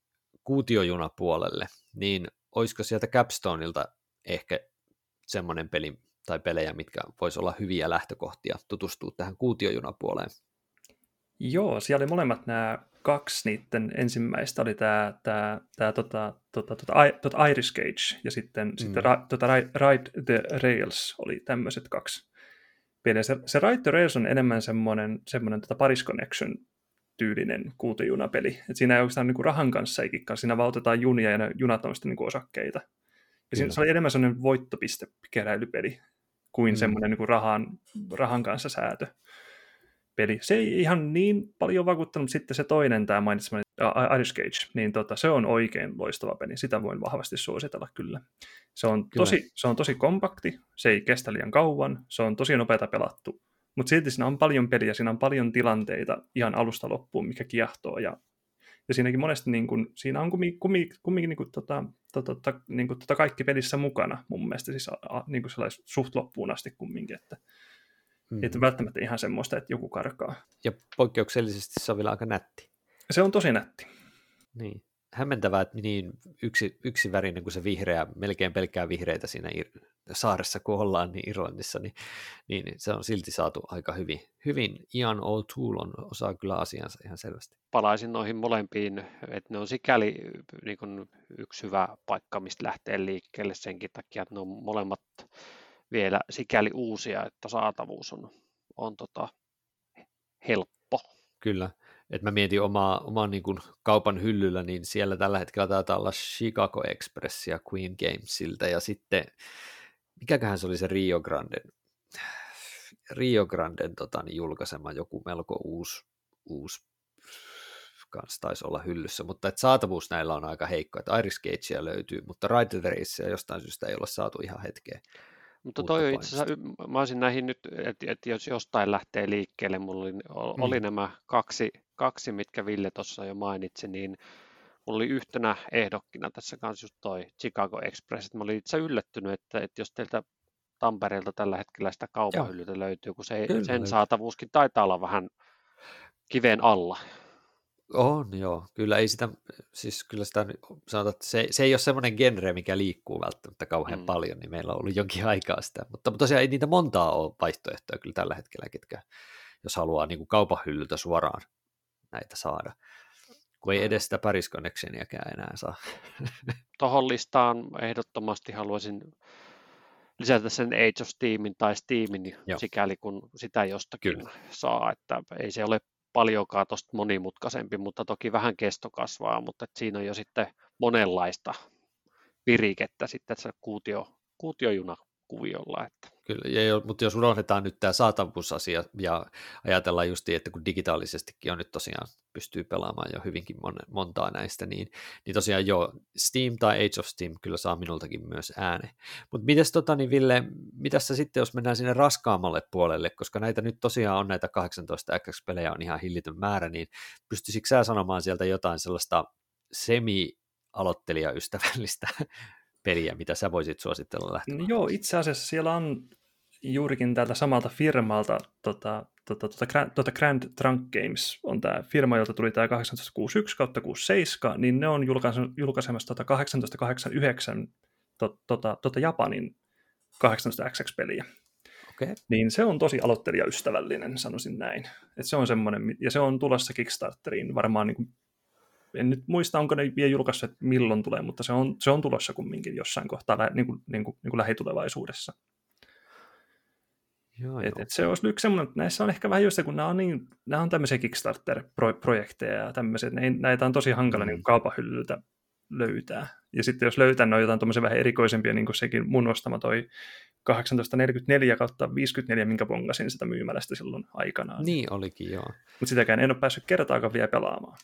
kuutiojunapuolelle, niin olisiko sieltä Capstoneilta ehkä semmoinen peli tai pelejä, mitkä voisi olla hyviä lähtökohtia tutustua tähän kuutiojunapuoleen?
Joo, siellä oli molemmat nämä kaksi niiden ensimmäistä, oli tämä, tämä, tämä tota, tota, tota, tota Iris Gage ja sitten, mm. sitten ra, tota, Ride the Rails oli tämmöiset kaksi peliä. Se, se Ride the Rails on enemmän semmoinen, semmoinen tota Paris Connection tyylinen kuutijunapeli. Et siinä ei oikeastaan niin kuin rahan kanssa ei kikkaa, siinä vaan otetaan junia ja ne junat on sitten niin kuin osakkeita. Ja siinä, se oli enemmän semmoinen voittopiste-keräilypeli kuin mm. semmoinen niin kuin rahan, rahan kanssa säätö. Peli. Se ei ihan niin paljon vakuuttanut, mutta sitten se toinen, tämä mainitsemani Iris Gage, niin tota, se on oikein loistava peli. Sitä voin vahvasti suositella kyllä. Se on, kyllä. Tosi, se on tosi kompakti, se ei kestä liian kauan, se on tosi nopeata pelattu, mutta silti siinä on paljon peliä, siinä on paljon tilanteita ihan alusta loppuun, mikä kiehtoo. Ja, ja siinäkin monesti niin kun, siinä on kumminkin, kumminkin, kumminkin niin kun, tota, tota, niin kun, tota kaikki pelissä mukana mun mielestä, siis a, niin kun suht loppuun asti kumminkin, että Mm. Että välttämättä ihan semmoista, että joku karkaa.
Ja poikkeuksellisesti se on vielä aika nätti.
Se on tosi nätti.
Niin. Hämmentävää, että niin yksi, yksi värinen kuin se vihreä, melkein pelkkää vihreitä siinä Ir- saaressa, kun ollaan niin Irlannissa, niin, niin se on silti saatu aika hyvin. Hyvin Ian O'Toole on, osaa kyllä asiansa ihan selvästi.
Palaisin noihin molempiin, että ne on sikäli niin kuin yksi hyvä paikka, mistä lähtee liikkeelle senkin takia, että ne on molemmat vielä sikäli uusia, että saatavuus on, on tota helppo.
Kyllä, että mä mietin omaa, oman niin kuin kaupan hyllyllä, niin siellä tällä hetkellä taitaa olla Chicago Express ja Queen Gamesilta, ja sitten, mikäköhän se oli se Rio Granden, Rio Granden tota, niin julkaisema joku melko uusi, uusi kanssa taisi olla hyllyssä, mutta että saatavuus näillä on aika heikko, että Iris Gagea löytyy, mutta Ride the Racea jostain syystä ei ole saatu ihan hetkeä.
Mutta toi on itse asiassa, mä olisin näihin nyt, että, että jos jostain lähtee liikkeelle, mulla oli, oli mm. nämä kaksi, kaksi, mitkä Ville tuossa jo mainitsi, niin mulla oli yhtenä ehdokkina tässä kanssa just toi Chicago Express, että mä olin itse yllättynyt, että, että jos teiltä Tampereelta tällä hetkellä sitä kaupahyllyltä löytyy, kun se, sen löytyy. Saatavuuskin taitaa olla vähän kiven alla.
On, joo. Kyllä ei sitä, siis kyllä sitä sanotaan, että se, se ei ole semmoinen genre, mikä liikkuu välttämättä kauhean mm. paljon, niin meillä on ollut jonkin aikaa sitä. Mutta tosiaan ei niitä montaa ole vaihtoehtoja kyllä tällä hetkellä, ketkä, jos haluaa niin kuin kaupan hyllyltä suoraan näitä saada. Kun ei edes sitä Paris Connectioniäkään enää saa.
Tuohon listaan ehdottomasti haluaisin lisätä sen Age of Steamin tai Steamin, joo. sikäli kun sitä jostakin kyllä. saa, että ei se ole paljonkaan tuosta monimutkaisempi, mutta toki vähän kesto kasvaa, mutta siinä on jo sitten monenlaista virikettä sitten se kuutio, kuutiojunakuviolla. Että.
Kyllä, ja, mutta jos unohdetaan nyt tämä saatavuusasia ja ajatellaan just, että kun digitaalisestikin on nyt tosiaan pystyy pelaamaan jo hyvinkin mon- montaa näistä, niin, niin tosiaan joo, Steam tai Age of Steam kyllä saa minultakin myös ääne. Mutta mites tota niin Ville, mitäs sä sitten, jos mennään sinne raskaammalle puolelle, koska näitä nyt tosiaan on näitä kahdeksantoista X X-pelejä on ihan hillitön määrä, niin pystyisikö sä sanomaan sieltä jotain sellaista semi-aloittelijaystävällistä peliä, mitä sä voisit suositella lähtemään?
No joo, itse asiassa siellä on juurikin tältä samalta firmalta, tota, tota, tota, tota Grand Trunk Games on tämä firma, jolta tuli tämä kahdeksantoista kuusikymmentäyksi kautta kuusikymmentäseitsemän, niin ne on julkaisemassa tota kahdeksantoista kahdeksankymmentäyhdeksän to, tota, tota Japanin kahdeksantoista X X-peliä.
Okay.
Niin se on tosi aloittelijaystävällinen, sanoisin näin. Et se on semmoinen, ja se on tulossa Kickstarteriin varmaan, niin kuin, en nyt muista, onko ne vielä julkaissut, että milloin tulee, mutta se on, se on tulossa kumminkin jossain kohtaa niin kuin, niin kuin, niin kuin lähitulevaisuudessa.
Joo,
et, et se olisi yksi semmoinen, että näissä on ehkä vähän just, kun nämä on, niin, nämä on tämmöisiä Kickstarter-projekteja ja tämmöisiä, ne, näitä on tosi hankala mm. niin kaupahyllyltä löytää. Ja sitten jos löytää noin jotain tuommoisia vähän erikoisempia, niin kuin sekin mun ostama toi kahdeksantoista neljäkymmentäneljä kautta viisikymmentäneljä, minkä bongasin sitä myymälästä silloin aikanaan.
Niin olikin, joo.
Mutta sitäkään en ole päässyt kertaakaan vielä pelaamaan.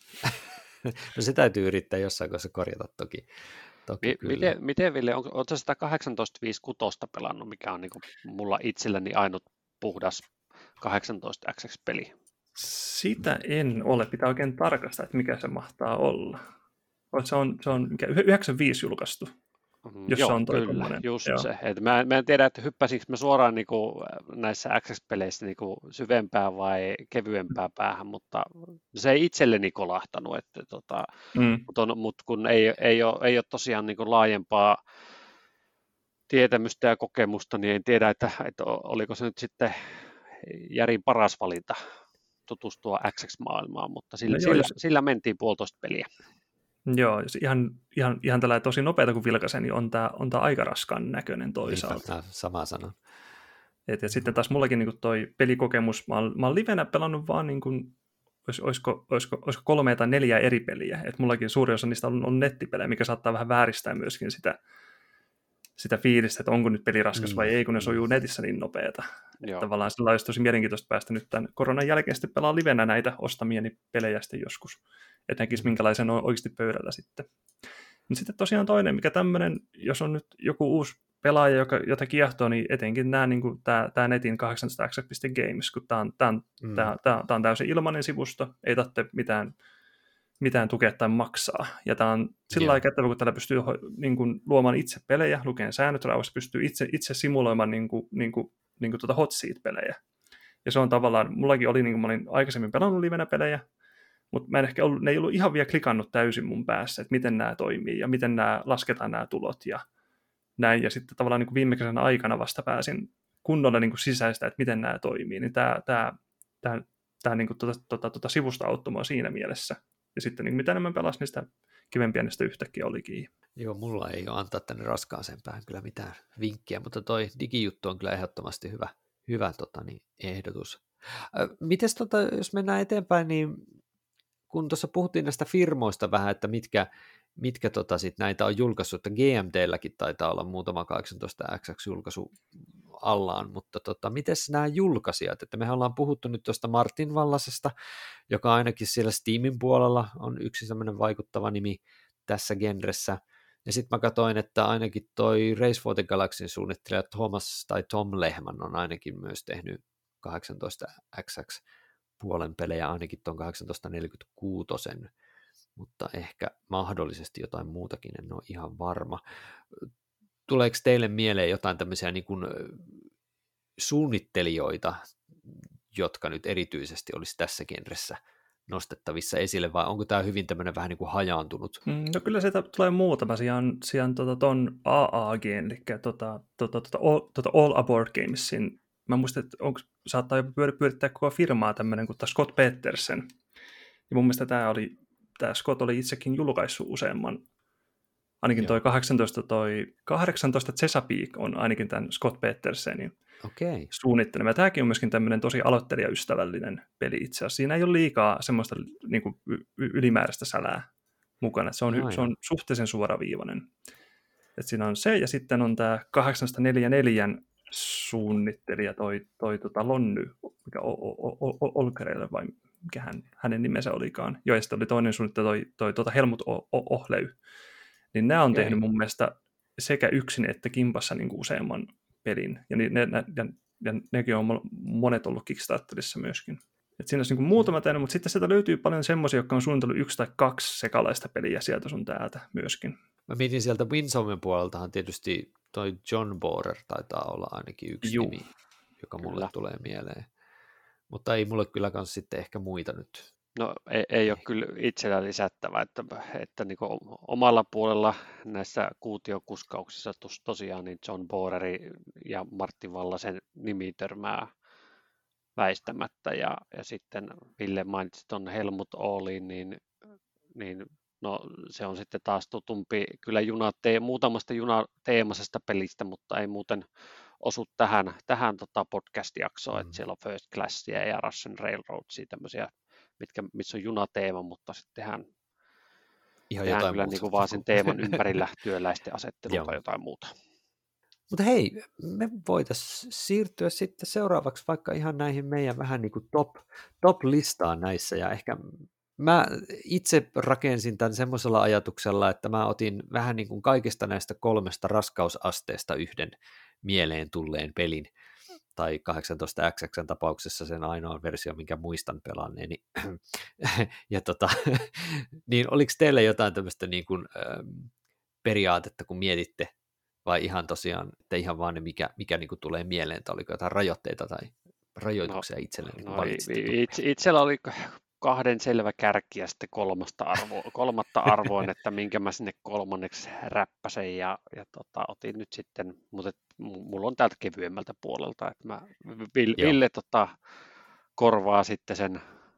No se täytyy yrittää jossain kohdassa korjata toki. toki
Mi- miten, miten Ville, on, oletko sitä kahdeksantoista viisikymmentäkuusi pelannut, mikä on niin kuin mulla itselläni ainut puhdas kahdeksantoista X X-peli?
Sitä en ole. Pitää oikein tarkastaa, että mikä se mahtaa olla. Se on, se on mikä, yhdeksänkymmentäviisi julkaistu.
Mm,
jos
joo,
se on toi
kyllä,
tommonen.
just
Joo.
se. Et mä, mä en tiedä, että hyppäsinkö mä suoraan niinku näissä X X-peleissä niinku syvempään vai kevyempään päähän, mutta se ei itselleni kolahtanut. Että tota,
Mm.
mutta mut kun ei, ei, ole, ei ole tosiaan niinku laajempaa tietämystä ja kokemusta, niin en tiedä, että, että oliko se nyt sitten Järin paras valinta tutustua X X-maailmaan, mutta sillä,
No joo,
sillä,
jos-
sillä mentiin puolitoista peliä.
Joo, jos ihan, ihan, ihan tällä tosi nopeata kuin vilkaisen, niin on tämä on tää aika raskaan näköinen toisaalta.
Niinpä, sama sana.
Et, ja sitten taas mullakin niin toi pelikokemus, mä oon, mä oon livenä pelannut vaan, niin kuin, olis, olisiko, olisiko, olisiko kolme tai neljä eri peliä. Et mullakin suuri osa niistä on, on nettipelejä, mikä saattaa vähän vääristää myöskin sitä, sitä fiilistä, että onko nyt peli raskas
Mm,
vai ei, kun ne
mm.
sujuu netissä niin nopeata.
Joo.
Tavallaan sillä olisi tosi mielenkiintoista päästä nyt tämän koronan jälkeen sitten pelaa livenä näitä ostamieni pelejä sitten joskus. Että näkisi minkälaisen on oikeasti pöydällä sitten. Mutta sitten tosiaan toinen, mikä tämmöinen, jos on nyt joku uusi pelaaja, joka, jota kiehtoo, niin etenkin nämä, niin kuin tämä, tämä netin kahdeksantoista x piste games, kun tämä on, tämä, on,
Mm.
tämä, tämä, tämä on täysin ilmainen sivusto, ei tarvitse mitään, mitään tukea tai maksaa. Ja tämä on sillä
Joo.
lailla kätevä, kun täällä pystyy ho- niin kuin, luomaan itse pelejä, lukeen säännöt rauhassa, pystyy itse, itse simuloimaan niin kuin, niin kuin, niin kuin tuota hot seat-pelejä. Ja se on tavallaan, mullakin oli, niin kuin mä olin aikaisemmin pelannut livenä pelejä, mutta mä en ehkä ollut, ne ei ollut ihan vielä klikannut täysin mun päässä, että miten nämä toimii ja miten nämä lasketaan nämä tulot ja näin. Ja sitten tavallaan niin kuin viime kesän aikana vasta pääsin kunnolla niin kuin sisäistä, että miten nämä toimii. Niin tämä, tämä, tämä, tämä niin kuin tuota, tuota, tuota sivusta auttoi mua siinä mielessä. Ja sitten niin kuin mitä enemmän pelasin, niin sitä kivempiä niistä yhtäkkiä olikin.
Joo, mulla ei ole antaa tänne raskaaseen päähän kyllä mitään vinkkiä, mutta toi digijuttu on kyllä ehdottomasti hyvä, hyvä tota, niin, ehdotus. Mites tota, jos mennään eteenpäin, niin kun tuossa puhuttiin näistä firmoista vähän, että mitkä, mitkä tota sit näitä on julkaissut, että G M T:lläkin taitaa olla muutama kahdeksantoista X X-julkaisu allaan, mutta tota, mites nämä julkaisijat, että mehän ollaan puhuttu nyt tuosta Martin Vallasesta, joka ainakin siellä Steamin puolella on yksi semmoinen vaikuttava nimi tässä genressä, ja sitten mä katsoin, että ainakin toi Race for the Galaxyn suunnittelija Thomas tai Tom Lehman on ainakin myös tehnyt kahdeksantoista X X puolen pelejä, ainakin tuon kahdeksantoista neljäkymmentäkuusi, mutta ehkä mahdollisesti jotain muutakin, en ole ihan varma. Tuleeko teille mieleen jotain tämmöisiä niin kuin suunnittelijoita, jotka nyt erityisesti olisi tässä genressä nostettavissa esille, vai onko tämä hyvin tämmöinen vähän niin kuin hajaantunut?
No kyllä sieltä tulee muutama sijaan, sijaan tota, ton A A G, eli tota, tota, tota, all, tota All Aboard Gamesin. Mä muistan, että onko, saattaa jopa pyörittää koko firmaa tämmöinen kuin Scott Petersen. Ja mun mielestä tämä, oli, tämä Scott oli itsekin julkaissut useamman. Ainakin toi kahdeksantoista, toi kahdeksantoista Chesapeake on ainakin tämän Scott Petersenin
okay.
suunnittelema. Ja tämäkin on myöskin tämmöinen tosi aloittelijaystävällinen peli itse asiassa. Siinä ei ole liikaa semmoista niin kuin ylimääräistä sälää mukana. Se on, se on suhteellisen suoraviivainen. Et siinä on se, ja sitten on tämä kahdeksantoista neljäkymmentäneljä suunnittelija, toi, toi tota Lonny, mikä Olkereille vai mikä hän, hänen nimensä olikaan. Joo, ja sitten oli toinen suunnittelija, toi, toi tota Helmut Ohley. Niin nämä on okay. tehnyt mun mielestä sekä yksin että kimpassa niin kuin useamman pelin. Ja, ne, ne, ja, ja nekin on monet ollut Kickstarterissa myöskin. Et siinä olisi niin kuin muutama tehnyt, mutta sitten sieltä löytyy paljon semmoisia, jotka on suunnitellut yksi tai kaksi sekalaista peliä sieltä sun täältä myöskin.
Mä mietin sieltä Winsomen puoleltahan tietysti toi John Borer taitaa olla ainakin yksi Juh. nimi, joka mulle kyllä tulee mieleen. Mutta ei mulle kyllä kans sitten ehkä muita nyt.
No ei, ei ole kyllä itsellä lisättävä, että, että niin omalla puolella näissä kuutiokuskauksissa tos, tosiaan niin John Boreri ja Martti Vallasen nimi törmää väistämättä, ja, ja sitten Ville mainitsi tuon Helmut Ohlin, niin, niin no, se on sitten taas tutumpi kyllä junate- muutamasta junateemasesta pelistä, mutta ei muuten osu tähän, tähän tota podcast-jaksoon, mm. että siellä on First Classia ja Russian Railroadsia, tämmöisiä, mitkä, missä on junateema, mutta sitten tehdään
Ihan
tehdään
jotain
kyllä
muuta.
Niin kuin vaan sen teeman ympärillä työläisten asettelua tai jotain muuta.
Mutta hei, me voitaisiin siirtyä sitten seuraavaksi vaikka ihan näihin meidän vähän niin kuin top, top-listaan näissä, ja ehkä mä itse rakensin tämän semmoisella ajatuksella, että mä otin vähän niin kuin kaikista näistä kolmesta raskausasteesta yhden mieleen tulleen pelin, tai kahdeksantoista X X:n tapauksessa sen ainoa versio, minkä muistan pelanneeni. Ja tota, niin oliko teillä jotain tämmöistä niin kuin, ähm, periaatetta, kun mietitte, vai ihan tosiaan, että ihan vaan ne, mikä, mikä niin kuin tulee mieleen, tai oliko jotain rajoitteita tai rajoituksia no, itselle niin
no,
itse,
itsellä oli kahden selvä kärki ja sitten kolmasta arvoa, kolmatta arvoin, että minkä mä sinne kolmanneksi räppäsen ja, ja tota, otin nyt sitten, mutta et, mulla on täältä kevyemmältä puolelta, että mä, Ville, Ville tota, korvaa sitten sen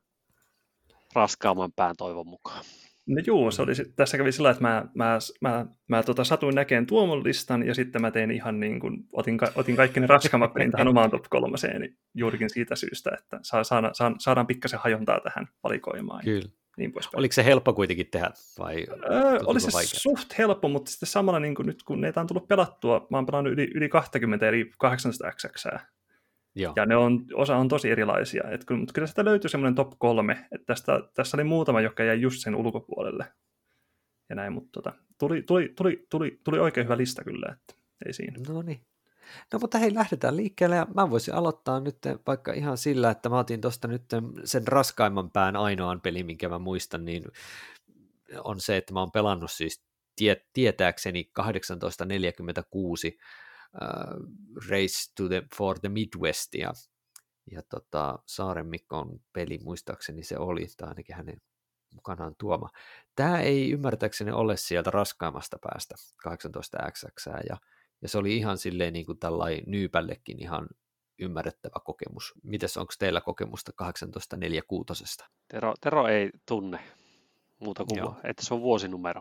raskaamman pään toivon mukaan.
No juu, se oli, tässä kävi sillä, että mä, mä, mä, mä tota, satuin näkeen Tuomon listan ja sitten mä tein ihan niin kuin, otin, otin kaikki ne raskaammat pelin tähän omaan top kolmaseen, niin juurikin siitä syystä, että saadaan, saadaan pikkasen hajontaa tähän valikoimaan.
Kyllä.
Niin
oliko se helppo kuitenkin tehdä? Vai
öö, oli se vaikea? Suht helppo, mutta sitten samalla niin kuin nyt kun neitä on tullut pelattua, mä oon pelannut yli, yli kaksikymmentä eri kahdeksantoista X X:ää. Joo. Ja ne on, osa on tosi erilaisia, et kyllä, mutta kyllä sitä löytyy semmoinen top kolme, että tästä, tässä oli muutama, joka jäi just sen ulkopuolelle. Ja näin, mutta tota, tuli, tuli, tuli, tuli, tuli oikein hyvä lista kyllä, että ei siinä.
No niin. No mutta hei, lähdetään liikkeelle ja mä voisin aloittaa nyt vaikka ihan sillä, että mä otin tuosta nyt sen raskaimman pään ainoan pelin, minkä mä muistan, niin on se, että mä oon pelannut siis tie, tietääkseni kahdeksantoista neljäkymmentäkuusi Uh, Race to the, for the Midwest, ja, ja tota, Saaren Mikon peli muistaakseni se oli, tai ainakin hänen mukanaan tuoma. Tämä ei ymmärtääkseni ole sieltä raskaimmasta päästä, kahdeksantoista X X, ja, ja se oli ihan silleen niin kuin tällainen nyypällekin ihan ymmärrettävä kokemus. Mites, onko teillä kokemusta kahdeksantoista neljäkymmentäkuusi?
Tero, Tero ei tunne muuta kuin, Joo. että se on vuosinumero.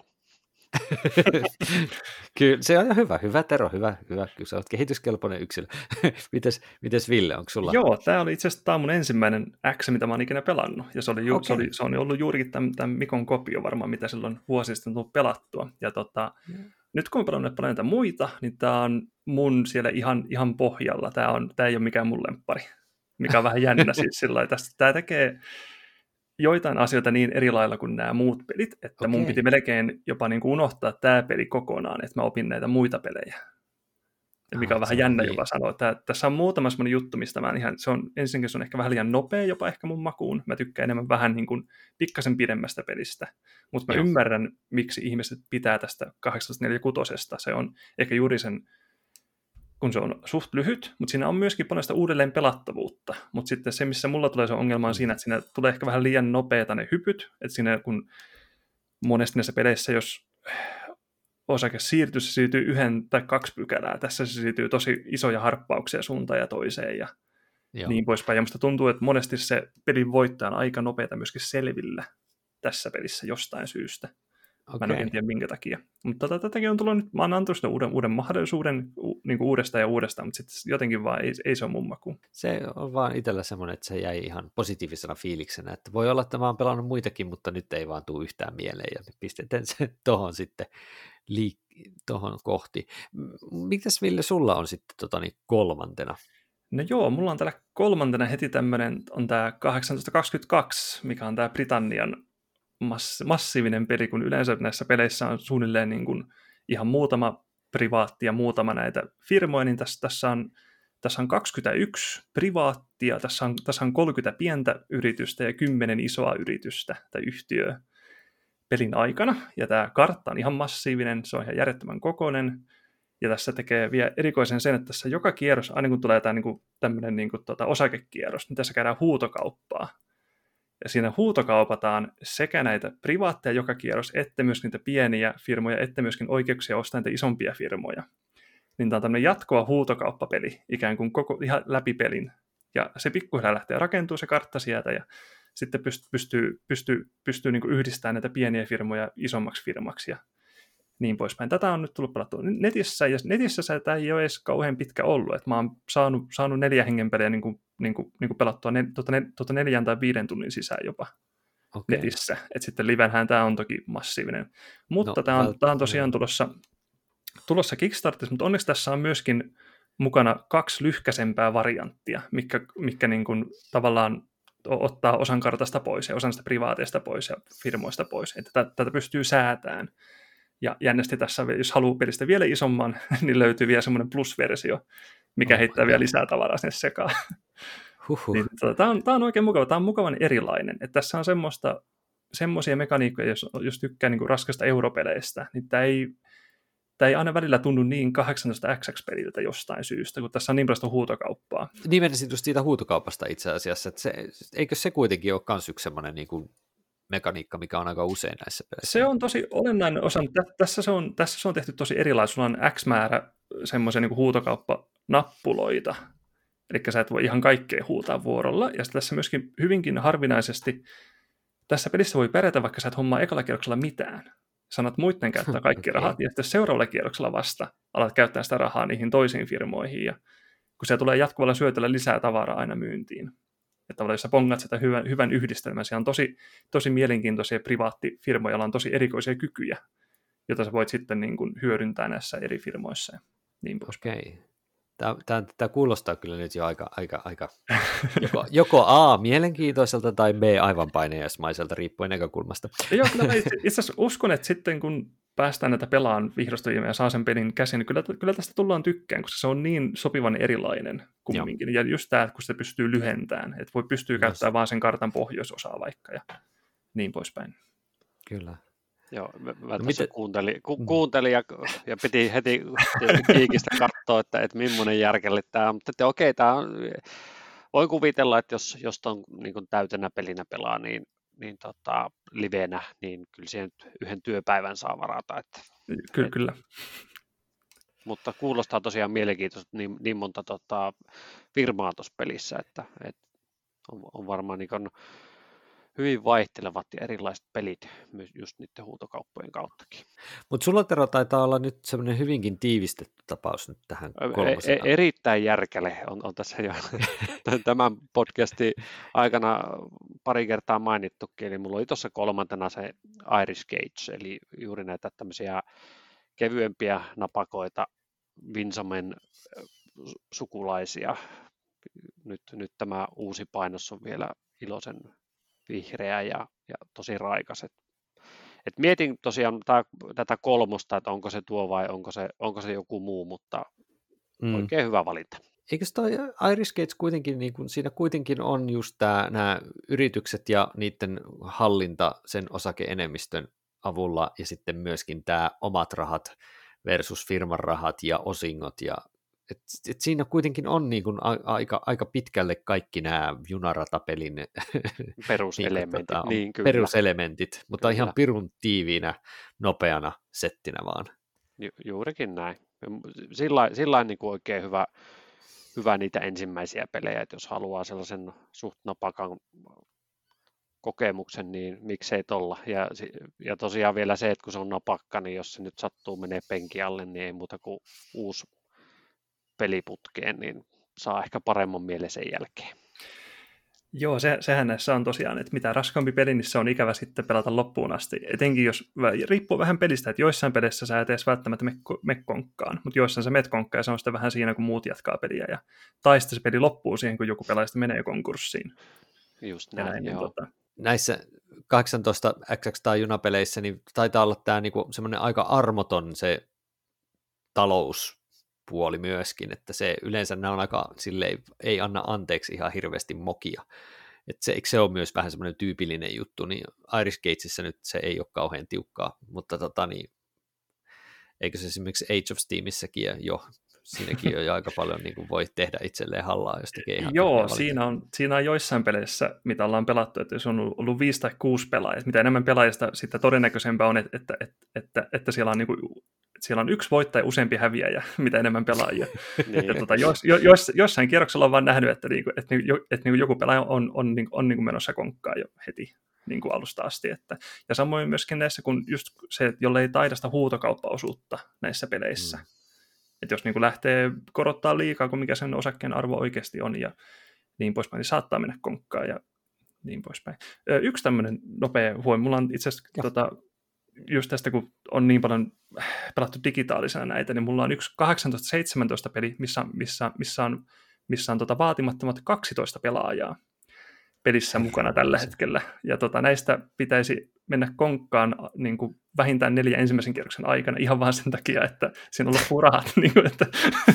Kyllä, se on hyvä, hyvä Tero, hyvä, hyvä. Kyllä sä oot kehityskelpoinen yksilö. mites, mites Ville, onko sulla?
Joo, tämä oli itse asiassa tämä mun ensimmäinen X, mitä mä oon ikinä pelannut. Ja se, oli ju- okay. se, oli, se on ollut juurikin tämän, tämän Mikon kopio varmaan, mitä silloin vuosi sitten tullut pelattua. Ja tota, mm. nyt kun mä pelannut paljon näitä muita, niin tämä on mun siellä ihan, ihan pohjalla. Tämä, on, tämä ei ole mikään mun lemppari, mikä on vähän jännä siis sillä lailla. Tämä tekee joitain asioita niin eri lailla kuin nämä muut pelit, että okay. mun piti melkein jopa niin kuin unohtaa tämä peli kokonaan, että mä opin näitä muita pelejä. Ja mikä ah, on vähän jännä niin. jopa sanoa, että tässä on muutama semmoinen juttu, mistä mä ihan, se on, ensinnäkin se on ehkä vähän liian nopea jopa ehkä mun makuun. Mä tykkään enemmän vähän niin kuin pikkasen pidemmästä pelistä, mutta mä Joo. ymmärrän, miksi ihmiset pitää tästä kahdeksantoista neljäkymmentäkuusi. Se on ehkä juuri sen, kun se on suht lyhyt, mutta siinä on myöskin paljon sitä uudelleen pelattavuutta. Mutta sitten se, missä mulla tulee se ongelma on siinä, että siinä tulee ehkä vähän liian nopeata ne hypyt, että siinä kun monesti näissä peleissä, jos osake siirtyy, se siirtyy yhden tai kaksi pykälää. Tässä se siirtyy tosi isoja harppauksia suuntaan ja toiseen ja Joo. niin poispäin. Ja musta tuntuu, että monesti se pelin voittaja on aika nopeata myöskin selvillä tässä pelissä jostain syystä. Okay. Mä en oikein tiedä minkä takia. Mutta tota, tätäkin on tullut nyt, mä oon antanut sitä uuden, uuden mahdollisuuden u, niin kuin uudestaan ja uudestaan, mutta sitten jotenkin vaan ei, ei se ole mun makuun.
Se on vaan itsellä semmoinen, että se jäi ihan positiivisena fiiliksenä, että voi olla, että mä oon pelannut muitakin, mutta nyt ei vaan tule yhtään mieleen ja pistetään se tohon sitten liik- tohon kohti. Mitäs Ville sulla on sitten tota, niin kolmantena?
No joo, mulla on täällä kolmantena heti tämmöinen, on tää kahdeksantoista kaksikymmentäkaksi, mikä on tää Britannian massiivinen peli, kun yleensä näissä peleissä on suunnilleen niin kuin ihan muutama privaatti ja muutama näitä firmoja, niin tässä, tässä, on, tässä on kaksikymmentäyksi privaattia, tässä on, tässä on kolmekymmentä pientä yritystä ja kymmenen isoa yritystä tai yhtiöä pelin aikana, ja tämä kartta on ihan massiivinen, se on ihan järjettömän kokoinen, ja tässä tekee vielä erikoisen sen, että tässä joka kierros, aina kun tulee tämä niin kuin, tämmöinen niin kuin, tota, osakekierros, niin tässä käydään huutokauppaa. Ja siinä huutokaupataan sekä näitä privaatteja joka kierros, että myös niitä pieniä firmoja, että myöskin oikeuksia ostaa niitä isompia firmoja. Niin tämä on tämmöinen jatkuva huutokauppapeli, ikään kuin koko, ihan läpi pelin. Ja se pikkuhiljaa lähtee rakentuu se kartta sieltä, ja sitten pystyy, pystyy, pystyy, pystyy niin kuin yhdistämään näitä pieniä firmoja isommaksi firmaksi, ja niin poispäin. Tätä on nyt tullut pelattua netissä, ja netissä tämä ei ole edes kauhean pitkä ollut, että mä oon saanut, saanut neljä hengen pelejä niin kuin, niin kuin, niin kuin pelattua ne, tuota, ne, tuota neljän tai viiden tunnin sisään jopa. okay. netissä. Et sitten livenhän tämä on toki massiivinen. Mutta
No,
tämä on,
vält-
tämä on tosiaan
joo.
tulossa, tulossa Kickstarterissa, mutta onneksi tässä on myöskin mukana kaksi lyhkäisempää varianttia, mitkä, mitkä niin kuin tavallaan ottaa osan kartasta pois ja osan sitä privaateista pois ja firmoista pois. Että tätä, tätä pystyy säätämään. Ja jännästi tässä, jos haluaa pelistä vielä isomman, niin löytyy vielä semmoinen plus-versio, mikä oh, heittää vielä lisää tavaraa sinne sekaan. Niin, tota, tämä, on, tämä on oikein mukava. Tämä on mukavan erilainen. Että tässä on semmoista, semmoisia mekaniikkoja, jos, jos tykkää niin kuin raskasta europeleistä, niin tämä ei, tämä ei aina välillä tunnu niin kahdeksantoista X X-peliltä jostain syystä, kun tässä on niin paljon huutokauppaa.
Niin menisin just siitä huutokaupasta itse asiassa, että se, eikö se kuitenkin ole myös yksi semmoinen niin kuin mekaniikka, mikä on aika usein näissä peleissä?
Se on tosi olennainen osa. Tässä se on, tässä se on tehty tosi erilainen. Sulla on X määrä semmoisia niin kuin huutokauppanappuloita, eli sä et voi ihan kaikkea huutaa vuorolla. Ja tässä myöskin hyvinkin harvinaisesti, tässä pelissä voi pärjätä, vaikka sä et hommaa ekalla kierroksella mitään. Sanat muiden käyttää kaikki okay. rahat, ja sitten seuraavalla kierroksella vasta alat käyttää sitä rahaa niihin toisiin firmoihin, ja kun se tulee jatkuvalla syötöllä lisää tavaraa aina myyntiin. Että jos sä pongat sitä hyvän, hyvän yhdistelmän, siellä on tosi, tosi mielenkiintoisia privaattifirmoja, joilla on tosi erikoisia kykyjä, joita sä voit sitten niin kuin hyödyntää näissä eri firmoissa ja niin pois.
Okei. Tämä, tämä, tämä kuulostaa kyllä nyt jo aika, aika, aika joko, joko A, mielenkiintoiselta tai B, aivan painajaismaiselta, riippuen näkökulmasta.
Joo, kyllä itse asiassa uskon, että sitten kun päästään näitä pelaan vihdosta viimein ja saa sen pelin käsin, niin kyllä, kyllä tästä tullaan tykkään, koska se on niin sopivan erilainen kumminkin. Joo. Ja just tämä, kun se pystyy lyhentämään, että voi pystyä käyttämään vaan sen kartan pohjoisosaa vaikka ja niin poispäin.
Kyllä.
Joo, mä, mä
no
tässä kuuntelin, ku, kuuntelin ja, ja piti heti kiikistä katsoa, että, että millainen järkelle tämä on, mutta että okei, tämä on, voin kuvitella, että jos, jos ton niin kuin täytenä pelinä pelaa, niin, niin tota, livenä, niin kyllä siihen yhden työpäivän saa varata. Että,
kyllä, et, kyllä.
Mutta kuulostaa tosiaan mielenkiintoista niin, niin monta tota, firmaa tuossa pelissä, että, että on, on varmaan niin kuin hyvin vaihtelevat ja erilaiset pelit myös just niiden huutokauppojen kauttakin.
Mutta sulla, Tero, taitaa olla nyt semmoinen hyvinkin tiivistetty tapaus nyt tähän kolmosena.
E- erittäin järkele on, on tässä jo tämän podcastin aikana pari kertaa mainittukin, eli mulla oli tuossa kolmantena se Irish Gauge, eli juuri näitä tämmöisiä kevyempiä napakoita, Winsomen sukulaisia. Nyt, nyt tämä uusi painos on vielä iloisen vihreä ja, ja tosi raikas. Et, et mietin tosiaan tää, tätä kolmosta, että onko se tuo vai onko se, onko se joku muu, mutta mm. oikein hyvä valinta.
Eikö toi Irish Gauge kuitenkin, niin kun siinä kuitenkin on just nämä yritykset ja niiden hallinta sen osake-enemmistön avulla ja sitten myöskin tämä omat rahat versus firman rahat ja osingot ja Et, et siinä kuitenkin on niin kuin a, aika, aika pitkälle kaikki nämä junaratapelin
peruselementit, niin, tota, niin,
peruselementit mutta kyllä. Ihan pirun tiiviinä, nopeana settinä vaan.
Ju, juurikin näin. Sillain, sillain niin kuin oikein hyvä, hyvä niitä ensimmäisiä pelejä, että jos haluaa sellaisen suht napakan kokemuksen, niin miksei tolla. Ja, ja tosiaan vielä se, että kun se on napakka, niin jos se nyt sattuu menee penki alle, niin ei muuta kuin uusi peliputkeen, niin saa ehkä paremman mielen sen jälkeen.
Joo, se, sehän näissä on tosiaan, että mitä raskaampi peli, niin se on ikävä sitten pelata loppuun asti. Etenkin jos, riippuu vähän pelistä, että joissain pelissä sä et edes välttämättä me konkkaan, mutta joissain sä met konkkaan ja se on sitten vähän siinä, kun muut jatkaa peliä. Ja, tai sitten se peli loppuu siihen, kun joku pelaa sitten menee konkurssiin.
Just näin, näin
niin,
tota...
Näissä kahdeksantoista X X tai junapeleissä niin taitaa olla tämä niinku semmoinen aika armoton se talous, puoli myöskin, että se yleensä nämä on aika silleen, ei anna anteeksi ihan hirveästi mokia. Että se, eikö se ole myös vähän semmoinen tyypillinen juttu, niin Irish Gatesissa nyt se ei ole kauhean tiukkaa, mutta tota niin, eikö se esimerkiksi Age of Steamissäkin jo, siinäkin jo aika paljon niin kuin voi tehdä itselleen hallaa, jos tekee ihan
Joo, siinä on, siinä on joissain peleissä, mitä ollaan pelattu, että jos on ollut viisi tai kuusi pelaajia, mitä enemmän pelaajista, sitä todennäköisempää on, että, että, että, että siellä on niin kuin siellä on yksi voittaja, useampi häviäjä, mitä enemmän pelaajia. niin. Ja tuota, jos, jos, jossain kierroksella on vaan nähnyt, että, niinku, että, että, että joku pelaaja on, on, on, on niin kuin menossa konkkaan jo heti niin kuin alusta asti. Että, ja samoin myöskin näissä, kun just se, että jolle ei taida sitä huutokauppaosuutta näissä peleissä. Mm. Että jos niin kuin lähtee korottaa liikaa, kuin mikä sen osakkeen arvo oikeasti on ja niin poispäin, niin saattaa mennä konkkaan. Ja niin poispäin. Yksi tämmöinen nopea huomio. Mulla on itse asiassa tota, just tästä, kun on niin paljon pelattu digitaalisena näitä, niin mulla on yksi kahdeksantoista seitsemäntoista peli, missä, missä, missä on, missä on tota vaatimattomat kaksitoista pelaajaa pelissä mukana tällä hetkellä. Ja tota, näistä pitäisi mennä konkkaan niin kuin vähintään neljä ensimmäisen kierroksen aikana ihan vaan sen takia, että siinä on loppuu rahat. Niin kuin, että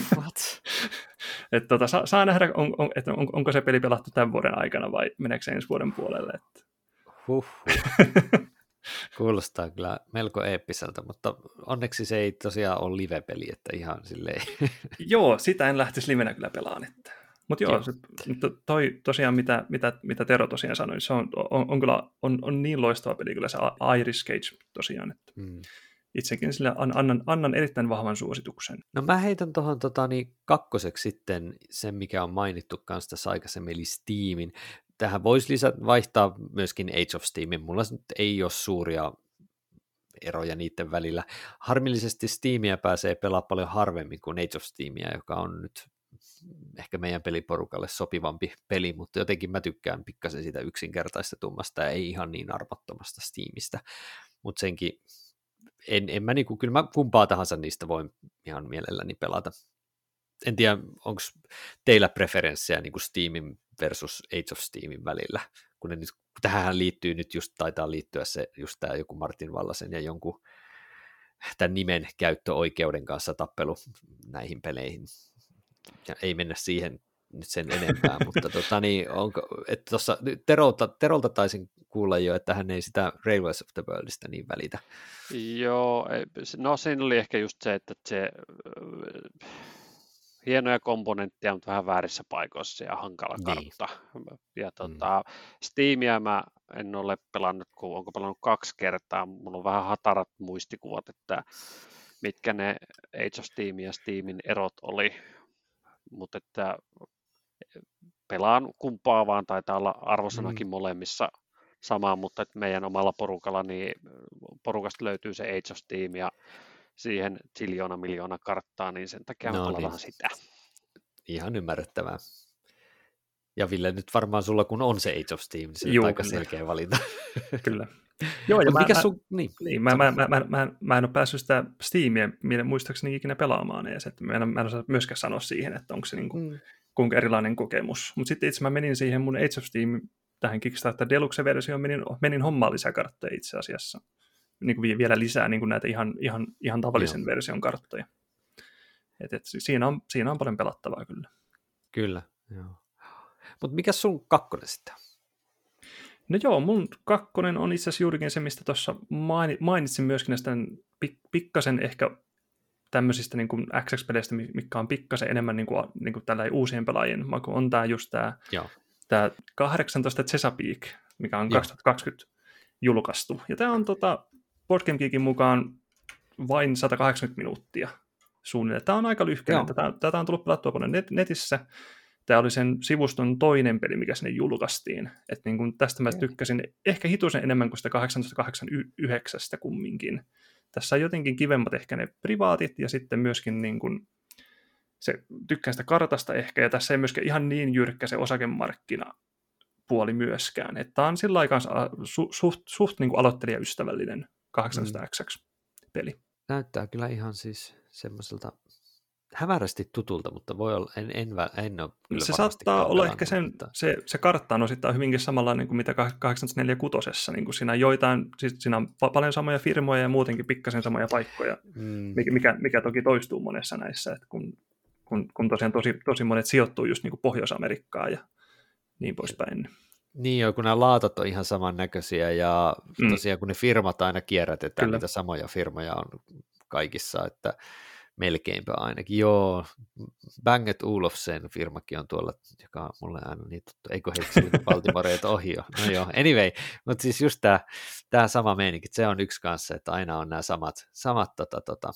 et, tota, saa, saa nähdä, on, on, että on, onko se peli pelattu tämän vuoden aikana vai meneekö se ensi vuoden puolelle. Että.
Huhhuh. Kuulostaa kyllä melko eeppiseltä, mutta onneksi se ei tosiaan ole live-peli, että ihan silleen.
Joo, sitä en lähtisi livenä kyllä pelaan. Että. Mutta joo, se, toi tosiaan mitä, mitä, mitä Tero tosiaan sanoi, se on, on, on kyllä on, on niin loistava peli kyllä se Iris Cage tosiaan, että mm. itsekin sille annan, annan erittäin vahvan suosituksen.
No mä heitän tuohon tota, niin kakkoseksi sitten sen, mikä on mainittu kanssa tässä aikaisemmin, eli Steamin. Tähän voisi lisä, vaihtaa myöskin Age of Steamin. Mulla ei ole suuria eroja niiden välillä. Harmillisesti Steamia pääsee pelaamaan paljon harvemmin kuin Age of Steamia, joka on nyt ehkä meidän peliporukalle sopivampi peli, mutta jotenkin mä tykkään pikkasen sitä yksinkertaistetummasta ja ei ihan niin arvottomasta Steamista, mutta senkin en, en mä niinku, kyllä mä kumpaa tahansa niistä voin ihan mielelläni pelata. En tiedä, onko teillä preferenssejä niin kuin Steamin versus Age of Steamin välillä, kun ne nyt, tähän liittyy nyt just, taitaa liittyä se, just tämä joku Martin Vallasen ja jonkun tämän nimen käyttöoikeuden kanssa tappelu näihin peleihin. Ja ei mennä siihen nyt sen enempää, mutta tota, niin, onko, että tuossa Terolta, Terolta taisin kuulla jo, että hän ei sitä Railways of the Worldista niin välitä.
Joo, no siinä oli ehkä just se, että se hienoja komponentteja, mutta vähän väärissä paikoissa ja hankala kartta. Niin. Ja tota, mm. Steamia mä en ole pelannut, kun onko pelannut kaksi kertaa. Mulla on vähän hatarat muistikuvat, että mitkä ne Age of Steam ja Steamin erot oli. Mutta että pelaan kumpaa vaan, taitaa olla arvosanakin mm. molemmissa sama, mutta että meidän omalla porukalla, niin porukasta löytyy se Age of Steam ja siihen ziljoona miljoona karttaa, niin sen takia no, me pelataan niin. sitä.
Ihan ymmärrettävää. Ja Ville, nyt varmaan sulla kun on se Age of Steam, niin se
Joo,
on aika
kyllä.
selkeä valinta.
Kyllä. Joo, ja mä,
mikä
mä,
sun, niin.
Niin, mä, mä, mä, mä, mä, mä en ole päässyt sitä Steamia muistaakseni ikinä pelaamaan edes, että mä en, mä en osaa myöskään sanoa siihen, että onko se niin kuin, mm. kuinka erilainen kokemus. Mutta sitten itse mä menin siihen mun Age of Steam tähän Kickstarter Deluxe-versioon, menin, menin hommaan lisäkartteja itse asiassa. Niin kuin vielä lisää niin kuin näitä ihan, ihan, ihan tavallisen Joo. version karttoja. Et, et, siinä, on, siinä on paljon pelattavaa kyllä.
Kyllä, joo. Mutta mikä sun kakkonen sitten?
No joo, mun kakkonen on itse asiassa juurikin se, mistä tuossa mainitsin myöskin näistä pik- pikkasen ehkä tämmöisistä niin kuin X X-peleistä, mitkä on pikkasen enemmän niin kuin, niin kuin tällä uusien pelaajien maku, on tämä just tämä, tämä kahdeksantoista Chesapeake, mikä on joo. kaksituhattakaksikymmentä julkaistu. Ja tämä on tota, Board Game Geekin mukaan vain sata kahdeksankymmentä minuuttia suunnilleen. Tämä on aika lyhkäinen. Tätä, tätä on tullut pelattua paljon net- netissä. Tämä oli sen sivuston toinen peli, mikä sinne julkaistiin. Et niin kun tästä mä tykkäsin ehkä hituisen enemmän kuin sitä kahdeksantoista kahdeksankymmentäyhdeksän kumminkin. Tässä on jotenkin kivemmat ehkä ne privaatit ja sitten myöskin niin kun se, tykkään sitä kartasta ehkä, ja tässä ei myöskään ihan niin jyrkkä se osakemarkkinapuoli myöskään. Että tämä on sillä aikaan su, suht, suht niin kuin aloittelijaystävällinen kahdeksantoista X-peli.
Näyttää kyllä ihan siis semmoiselta hämärästi tutulta, mutta voi olla, en, en, en ole kyllä
se saattaa olla ehkä sen, mutta se, se kartta on osittain hyvinkin samanlainen kuin mitä kahdeksansataaneljäkymmentäkuusi, niin kuin siinä on joitain, siis siinä on paljon samoja firmoja ja muutenkin pikkasen samoja paikkoja, mm. mikä, mikä toki toistuu monessa näissä, että kun, kun, kun tosiaan tosi, tosi monet sijoittuu just niin kuin Pohjois-Amerikkaan ja niin poispäin.
Niin joo, kun nämä laatat on ihan samannäköisiä ja mm. tosiaan kun ne firmat aina kierrätetään, kyllä. Niitä samoja firmoja on kaikissa, että melkeinpä ainakin. Joo, Bang and Olufsen firmakin on tuolla, joka on mulle aina niin tuttu. Eikö heitä Baltimoreet ohi jo? No joo, anyway. Mutta siis just tämä, tämä sama meininki, se on yksi kanssa, että aina on nämä samat, samat tota, tota,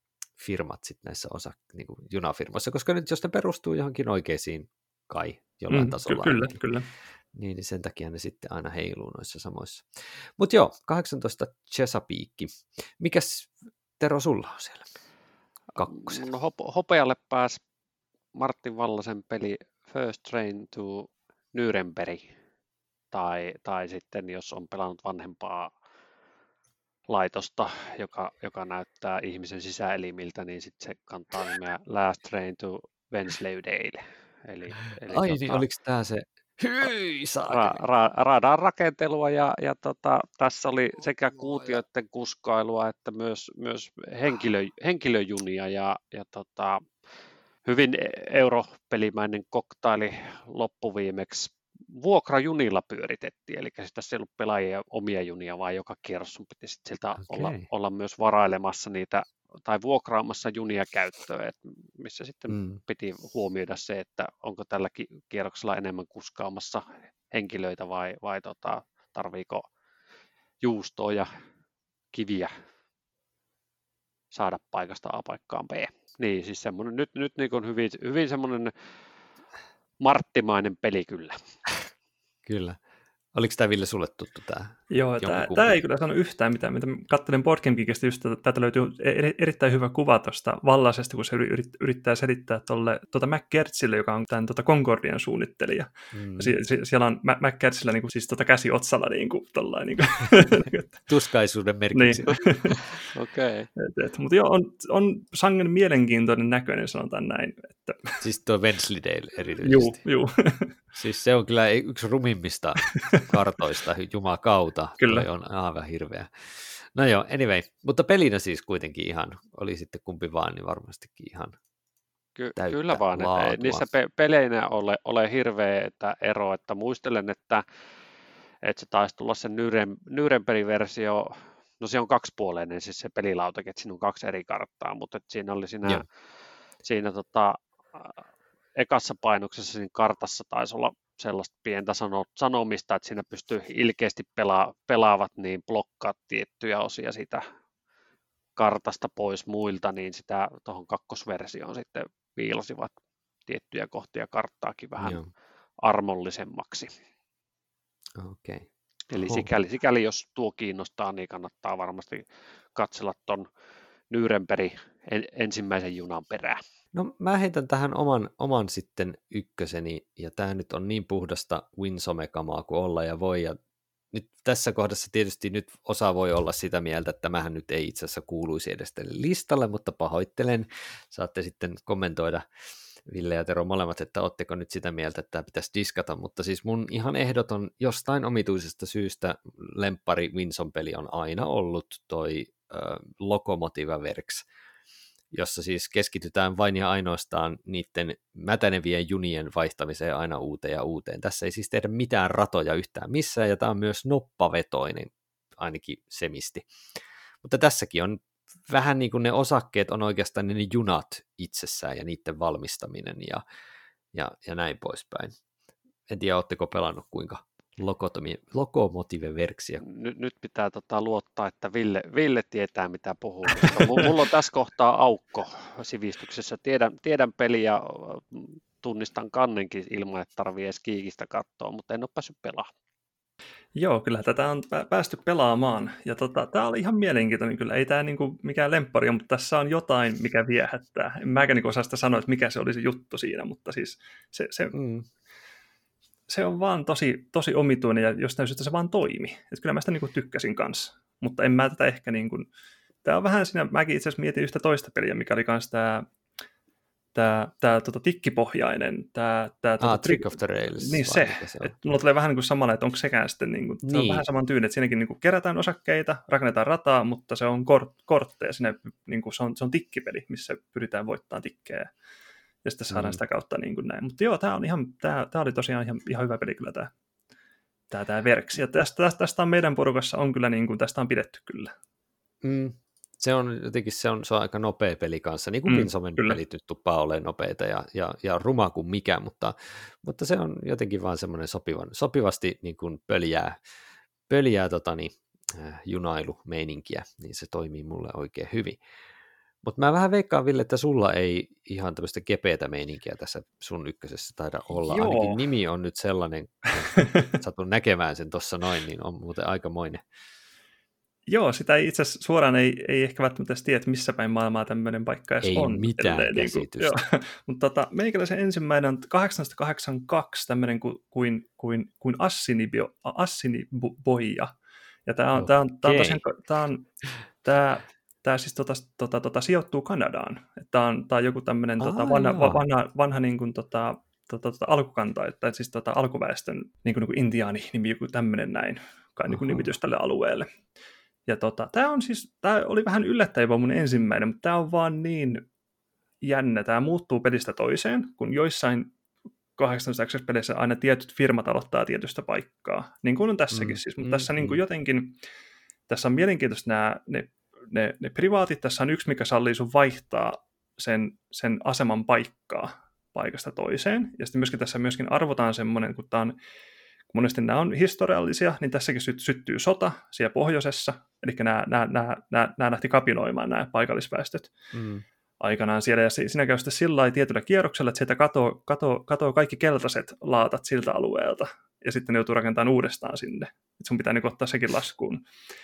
firmat sitten näissä osa, niin kuin junafirmoissa, koska nyt jos ne perustuu johonkin oikeisiin kai jollain mm, tasolla.
Ky- kyllä, kyllä.
Niin, niin sen takia ne sitten aina heiluu noissa samoissa. Mutta joo, kahdeksantoista Chesapeake. Mikäs Tero sulla on siellä? Kakkosen.
No, hop- hopealle pääsi Martin Vallasen peli First Train to Nürnberg. tai, tai sitten jos on pelannut vanhempaa laitosta, joka, joka näyttää ihmisen sisäelimiltä, niin sitten se kantaa nimeä Last Train to Wensleydale. Eli, eli
Ai
tota,
niin, oliko tämä se? Hyi,
ra, ra, radan rakentelua ja, ja tota, tässä oli sekä kuutioiden kuskailua että myös, myös henkilö, henkilöjunia ja, ja tota, hyvin europelimäinen koktaili loppuviimeksi vuokrajunilla pyöritettiin, eli sitten tässä ei ollut pelaajia omia junia, vaan joka kierros sun piti sitten siltä
okay.
olla, olla myös varailemassa niitä tai vuokraamassa junia käyttöön, että missä sitten mm. piti huomioida se, että onko tällä kierroksella enemmän kuskaamassa henkilöitä vai, vai tota, tarviiko juustoa ja kiviä saada paikasta A paikkaan B. Niin, siis semmoinen, nyt, nyt niin kuin hyvin, hyvin semmoinen marttimainen peli kyllä.
Kyllä. Oliko tämä Ville sulle tuttu tämä?
Joo, tämä, tämä ei kyllä sano yhtään mitään. Mitä katselin Board Game Geekistä, just täältä löytyy erittäin hyvä kuva tuosta Vallasesta, kun se yrittää selittää tuolle tuota McGertzille, joka on tämän tuota Concordian suunnittelija. Mm. Sie, siellä on McGertzillä niin kuin, siis tuota käsi otsalla niin kuin, tollain, niin kuin.
Tuskaisuuden merkiksi.
Niin.
Okei.
Okay. Mutta joo, on, on sangen mielenkiintoinen näköinen, sanotaan näin. Että.
Siis tuo Wensleydale erityisesti.
Juu, juu.
Siis se on kyllä yksi rumimmista kartoista, jumakauta.
Kyllä.
Toi on aivan hirveä. No joo, anyway. Mutta pelinä siis kuitenkin ihan, oli sitten kumpi vaan, niin varmastikin ihan
Ky-
täyttä
Kyllä vaan, että ei niissä pe- peleinä ole, ole hirveä että ero, että muistelen, että, että se taisi tulla se Nürem, Nürnberg-versio, no se on kaksipuoleinen siis se pelilautake, että siinä on kaksi eri karttaa, mutta että siinä oli siinä, siinä tota, ekassa painoksessa siinä kartassa taisi olla sellaista pientä sano, sanomista, että siinä pystyy ilkeästi pelaa, pelaavat, niin blokkaa tiettyjä osia sitä kartasta pois muilta, niin sitä tuohon kakkosversioon sitten viilasivat tiettyjä kohtia karttaakin vähän Joo. armollisemmaksi.
Okay.
Eli sikäli, sikäli, jos tuo kiinnostaa, niin kannattaa varmasti katsella tuon Nürnbergin en, ensimmäisen junan perään.
No mä heitän tähän oman, oman sitten ykköseni, ja tämä nyt on niin puhdasta Winsome-kamaa kuin olla ja voi, ja nyt tässä kohdassa tietysti nyt osa voi olla sitä mieltä, että tämähän nyt ei itse asiassa kuuluisi edes tälle listalle, mutta pahoittelen, saatte sitten kommentoida Ville ja Tero molemmat, että ootteko nyt sitä mieltä, että tämä pitäisi diskata, mutta siis mun ihan ehdoton jostain omituisesta syystä lemppari Winsome-peli on aina ollut toi äh, Locomotive Works, jossa siis keskitytään vain ja ainoastaan niiden mätänevien junien vaihtamiseen aina uuteen ja uuteen. Tässä ei siis tehdä mitään ratoja yhtään missään, ja tämä on myös noppavetoinen, ainakin semisti. Mutta tässäkin on vähän niin kuin ne osakkeet on oikeastaan ne junat itsessään ja niiden valmistaminen ja, ja, ja näin poispäin. En tiedä, ootteko pelannut kuinka Locomotive Worksia.
Nyt, nyt pitää tota luottaa, että Ville, Ville tietää, mitä puhuu. Mulla on tässä kohtaa aukko sivistyksessä. Tiedän, tiedän peliä ja tunnistan kannenkin ilman, että tarvii edes kiikistä katsoa, mutta en ole päässyt pelaamaan.
Joo, kyllä tätä on päästy pelaamaan. Ja tota, tämä oli ihan mielenkiintoinen kyllä. Ei tämä niinku mikään lemppari ole, mutta tässä on jotain, mikä viehättää. En mäkään niinku osaa sitä sanoa, että mikä se oli se juttu siinä, mutta siis se... se mm. Se on vaan tosi, tosi omituinen ja jostain syystä se vaan toimi. Et kyllä mä sitä niinku tykkäsin kanssa, mutta en mä tätä ehkä niin kuin... Tämä on vähän siinä, mäkin itse asiassa mietin yhtä toista peliä, mikä oli kanssa tämä tää, tää, tota, tikkipohjainen. Tää, tää, tota,
ah, Trick of the Rails.
Niin se, se että mulla tulee vähän niin kuin samalla, että onko sekään sitten, niin kuin, niin. Se on vähän saman tyyli, että siinäkin niin kuin kerätään osakkeita, rakennetaan rataa, mutta se on kort, kortteja, siinä, niin kuin, se, on, se on tikkipeli, missä pyritään voittamaan tikkejä. Ja sitten saadaan mm. sitä kautta niin kuin näin. Mutta joo, tämä on ihan, tämä, tämä oli tosiaan ihan, ihan hyvä peli kyllä tämä, tämä, tämä Works. Ja tästä, tästä, tästä on meidän porukassa on kyllä, niin kuin, tästä on pidetty kyllä.
Mm. Se on jotenkin, se on, se on aika nopea peli kanssa, niin kuin mm, Winsomen pelit nyt tuppaa olemaan nopeita ja, ja, ja ruma kuin mikä, mutta, mutta se on jotenkin vaan semmoinen sopivan, sopivasti niin kuin pöljää, pöljää totani, äh, junailumeininkiä, niin se toimii mulle oikein hyvin. Mutta mä vähän veikkaan, Ville, että sulla ei ihan tämmöistä kepeätä meininkiä tässä sun ykkösessä taida olla. Joo. Ainakin nimi on nyt sellainen, kun satun näkemään sen tuossa noin, niin on muuten aikamoinen.
Joo, sitä ei itse asiassa suoraan ei, ei ehkä välttämättä tiedä, että missä päin maailmaa tämmöinen paikka edes
ei
on.
Ei mitään
Ellei,
käsitystä.
Niin kuin, mutta tota, meikäläisen ensimmäinen on tuhatkahdeksansataakahdeksankymmentäkaksi tämmöinen kuin, kuin, kuin, kuin Assinibio, Assiniboia. Ja tämä on, okay. on, on tosiaan, tämä on, tämä, tämä siis tota, tota, tota, sijoittuu Kanadaan. Tämä on, tämä on joku tämmöinen ah, tota, vanha, vanha, vanha niin kuin, tota, tota, tota, alkukanta, tai siis tota, alkuväestön niin kuin, niin kuin intiaani, niin joku tämmöinen näin, kai niin kuin nimitys tälle alueelle. Ja tota, tämä on siis, tämä oli vähän yllättävä mun ensimmäinen, mutta tämä on vaan niin jännä. Tämä muuttuu pelistä toiseen, kun joissain kahdeksantoista peleissä aina tietyt firmat aloittaa tietystä paikkaa, niin kuin on tässäkin mm, siis, mutta mm, tässä mm. niin kuin jotenkin, tässä on mielenkiintoista nämä, ne, ne, ne privaatit, tässä on yksi, mikä sallii sun vaihtaa sen, sen aseman paikkaa paikasta toiseen, ja sitten myöskin tässä myöskin arvotaan semmoinen, kun tämä on monesti nämä on historiallisia, niin tässäkin sy- syttyy sota siellä pohjoisessa, eli nämä, nämä, nämä, nämä, nämä lähti kapinoimaan nämä paikallisväestöt mm. aikanaan siellä, ja siinä käy sitten sillä lailla tietyllä kierroksella, että sieltä katoo, katoo, katoo kaikki keltaiset laatat siltä alueelta, ja sitten ne joutuu rakentamaan uudestaan sinne, että sun pitää niin ottaa sekin laskuun.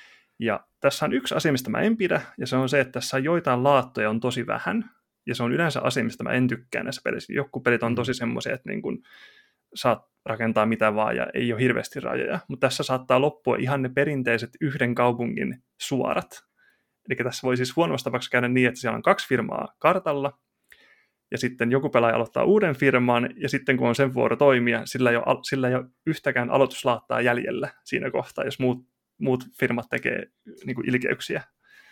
Ja tässä on yksi asia, mistä mä en pidä, ja se on se, että tässä on joitain laattoja on tosi vähän, ja se on yleensä asia, mistä mä en tykkää näissä pelissä. Jotkut pelit on tosi semmoisia, että niin kun saat rakentaa mitä vaan ja ei ole hirveästi rajoja, mutta tässä saattaa loppua ihan ne perinteiset yhden kaupungin suorat. Eli tässä voi siis huonommassa tapauksessa käydä niin, että siellä on kaksi firmaa kartalla, ja sitten joku pelaaja aloittaa uuden firman, ja sitten kun on sen vuoro toimia, sillä ei ole, sillä ei ole yhtäkään aloituslaattaa jäljellä siinä kohtaa, jos muut, muut firmat tekee niin kuin ilkeyksiä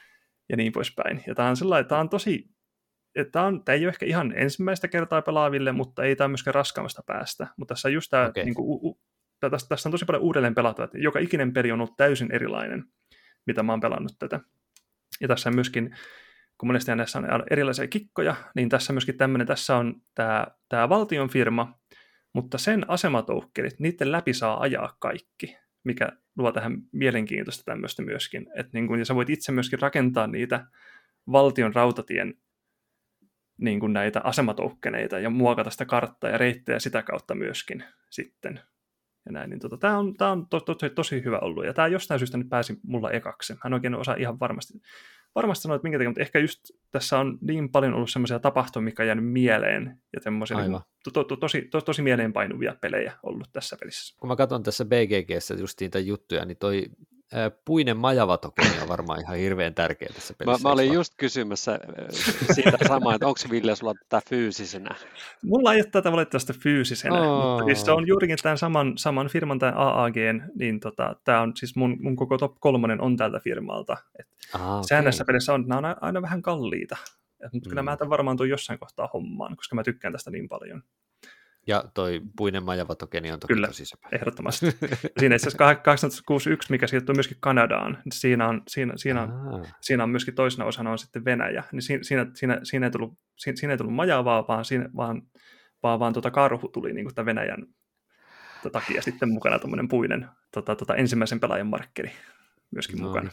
ja niin poispäin. Ja tämä on sellainen, tämä on tosi Tämä, on, tämä ei ole ehkä ihan ensimmäistä kertaa pelaaville, mutta ei tämä myöskään raskaammasta päästä. Mutta tässä, just tämä, okay. niin kuin, u, u, tässä, tässä on tosi paljon uudelleen pelattua, että joka ikinen peli on ollut täysin erilainen, mitä mä oon pelannut tätä. Ja tässä myöskin, kun monesti näissä on erilaisia kikkoja, niin tässä myöskin tämmöinen, tässä on tämä, tämä valtion firma, mutta sen asematoukkerit, niiden läpi saa ajaa kaikki, mikä luo tähän mielenkiintoista tämmöistä myöskin. Että niin kuin, ja sä voit itse myöskin rakentaa niitä valtion rautatien niin kuin näitä asematoukkeneita ja muokata sitä karttaa ja reittejä sitä kautta myöskin sitten. Ja näin, niin tota, tämä on, tämä on to, to, to, tosi hyvä ollut, ja tämä jostain syystä nyt pääsi mulla ekaksi. Hän oikein osaa ihan varmasti, varmasti sanoa, että minkä takia, mutta ehkä just tässä on niin paljon ollut semmoisia tapahtumia, mikä on jäänyt mieleen, ja semmoisia niin, to, to, tosi, to, tosi mieleenpainuvia pelejä ollut tässä pelissä.
Kun mä katson tässä B G G:ssä just niitä juttuja, niin toi ää, puinen majavatokeni on varmaan ihan hirveän tärkeä tässä pelissä.
Mä, mä olin just kysymässä siitä samaa, että onko Ville sulla tätä fyysisenä?
Mulla ei ole tätä valitettavasti fyysisenä, oh. mutta siis se on juurikin tämän saman, saman firman, tämän A A G:n, niin tota, tämä on siis mun, mun koko top kolmonen on tältä firmalta. Ah, okay. Sehän näissä pelissä on, nämä on aina vähän kalliita, mutta mm. kyllä mä tämän varmaan tuon jossain kohtaa hommaan, koska mä tykkään tästä niin paljon.
Ja toi puinen majavatokeni on toki
Kyllä,
tosi sepä.
Ehdottomasti. Siinä itse asiassa kahdeksantoistasataakuusikymmentäyksi, mikä sijoittuu myöskin Kanadaan, niin siinä on, siinä, siinä on, siinä on myöskin toisena osana on sitten Venäjä. Niin siinä, siinä, siinä, siinä, ei tullut, siinä, siinä ei tullut majavaa, vaan, siinä, vaan, vaan, vaan tuota karhu tuli niin kuin tämän Venäjän takia sitten mukana tuommoinen puinen tota, tota, ensimmäisen pelaajan markkeri myöskin no. mukana.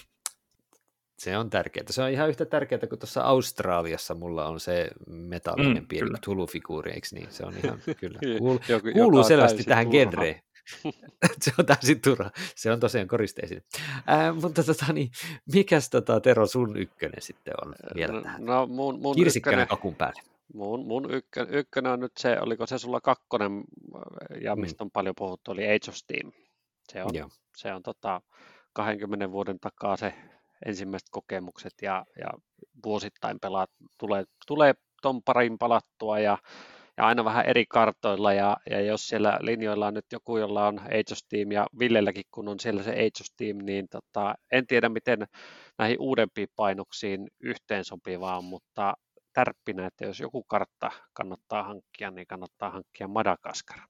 Se on tärkeää. Se on ihan yhtä tärkeää kuin tuossa Australiassa mulla on se metallinen mm, pieni Cthulhu-figuuri, eikö niin? Se on ihan, kyllä, kuul, Joku, kuuluu selvästi tähän genreen. Se on täysin turha. Se on tosiaan koristeisiin. Äh, mutta tota, niin, mikäs tota, Tero sun ykkönen sitten on vielä tähän?
No, mun, mun
kirsikkänä
ykkönen,
kakun päälle.
Mun, mun ykkö, ykkönen on nyt se, oliko se sulla kakkonen, ja mistä mm. on paljon puhuttu, oli Age of Steam. Se on, se on tota, kahdenkymmenen vuoden takaa se ensimmäiset kokemukset ja, ja vuosittain pelaat, tulee, tulee ton parin palattua ja, ja aina vähän eri kartoilla ja, ja jos siellä linjoilla on nyt joku, jolla on Age of Steam ja Villelläkin kun on siellä se Age of Steam, niin tota, en tiedä miten näihin uudempiin painoksiin yhteen sopivaa, mutta tärppinä, että jos joku kartta kannattaa hankkia, niin kannattaa hankkia Madagaskar.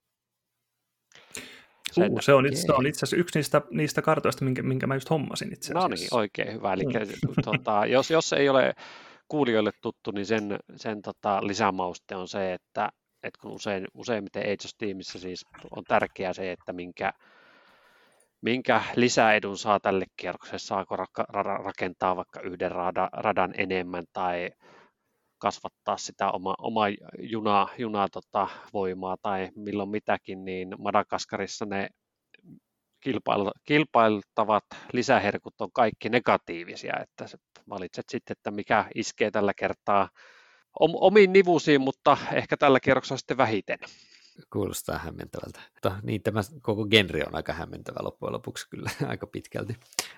Sen, uh, se on itse, on itse asiassa yksi niistä, niistä kartoista, minkä, minkä mä just hommasin itse asiassa.
No niin, oikein hyvä. Eli mm. tota, jos, jos ei ole kuulijoille tuttu, niin sen, sen tota, lisämauste on se, että, että kun usein, useimmiten Age of Steamissa siis on tärkeää se, että minkä, minkä lisäedun saa tälle kierrokselle, saako ra- ra- rakentaa vaikka yhden rada, radan enemmän tai kasvattaa sitä oma, oma juna, juna tota, voimaa tai milloin mitäkin, niin Madagaskarissa ne kilpailtavat lisäherkut on kaikki negatiivisia, että valitset sitten, että mikä iskee tällä kertaa omiin nivusiin, mutta ehkä tällä kierroksella sitten vähiten.
Kuulostaa hämmentävältä. Mutta niin, tämä koko genre on aika hämmentävä loppujen lopuksi kyllä aika pitkälti.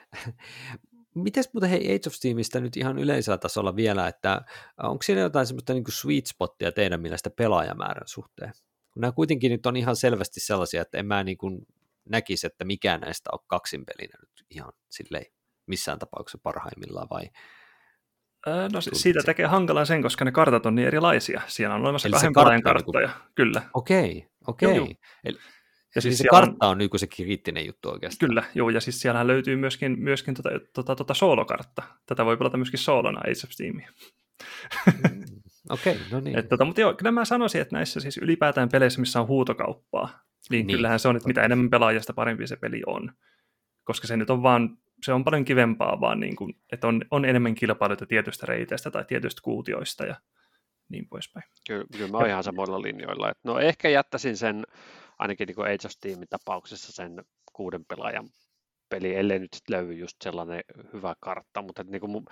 Mites muuten hei Age of Steamista nyt ihan yleisellä tasolla vielä, että onko siinä jotain semmoista niin kuin sweet spottia teidän mielestä pelaajamäärän suhteen? Kun nämä kuitenkin nyt on ihan selvästi sellaisia, että en mä niin kuin näkisi, että mikään näistä on kaksinpelinä nyt ihan silleen missään tapauksessa parhaimmillaan vai?
Öö, no siitä tekee hankalaa sen, koska ne kartat on niin erilaisia. Siellä on olemassa
eli
kahden pelaajan karttoja,
niin kuin...
kyllä.
Okei, okei. Okay. Eli,
ja siis
se kartta on, on niin se kriittinen juttu oikeastaan.
Kyllä, joo, ja siis siellähän löytyy myöskin, myöskin tota, tota, tota soolokartta. Tätä voi pelata myöskin soolona Age of Steamia.
Mm, okei, okay, no niin.
Et, tota, mutta joo, kyllä mä sanoisin, että näissä siis ylipäätään peleissä, missä on huutokauppaa, niin, niin kyllähän se on, että mitä enemmän pelaajia, sitä parempi se peli on. Koska se nyt on vaan, se on paljon kivempaa vaan, niin kuin, että on, on enemmän kilpailuita tietystä reiteistä tai tietystä kuutioista ja niin poispäin.
Kyllä, kyllä mä oon ihan samoilla linjoilla. Et no ehkä jättäisin sen, ainakin niin kuin Age of Steamin tapauksessa sen kuuden pelaajan peli, ellei nyt sit löydy just sellainen hyvä kartta, mutta niin kuin mun,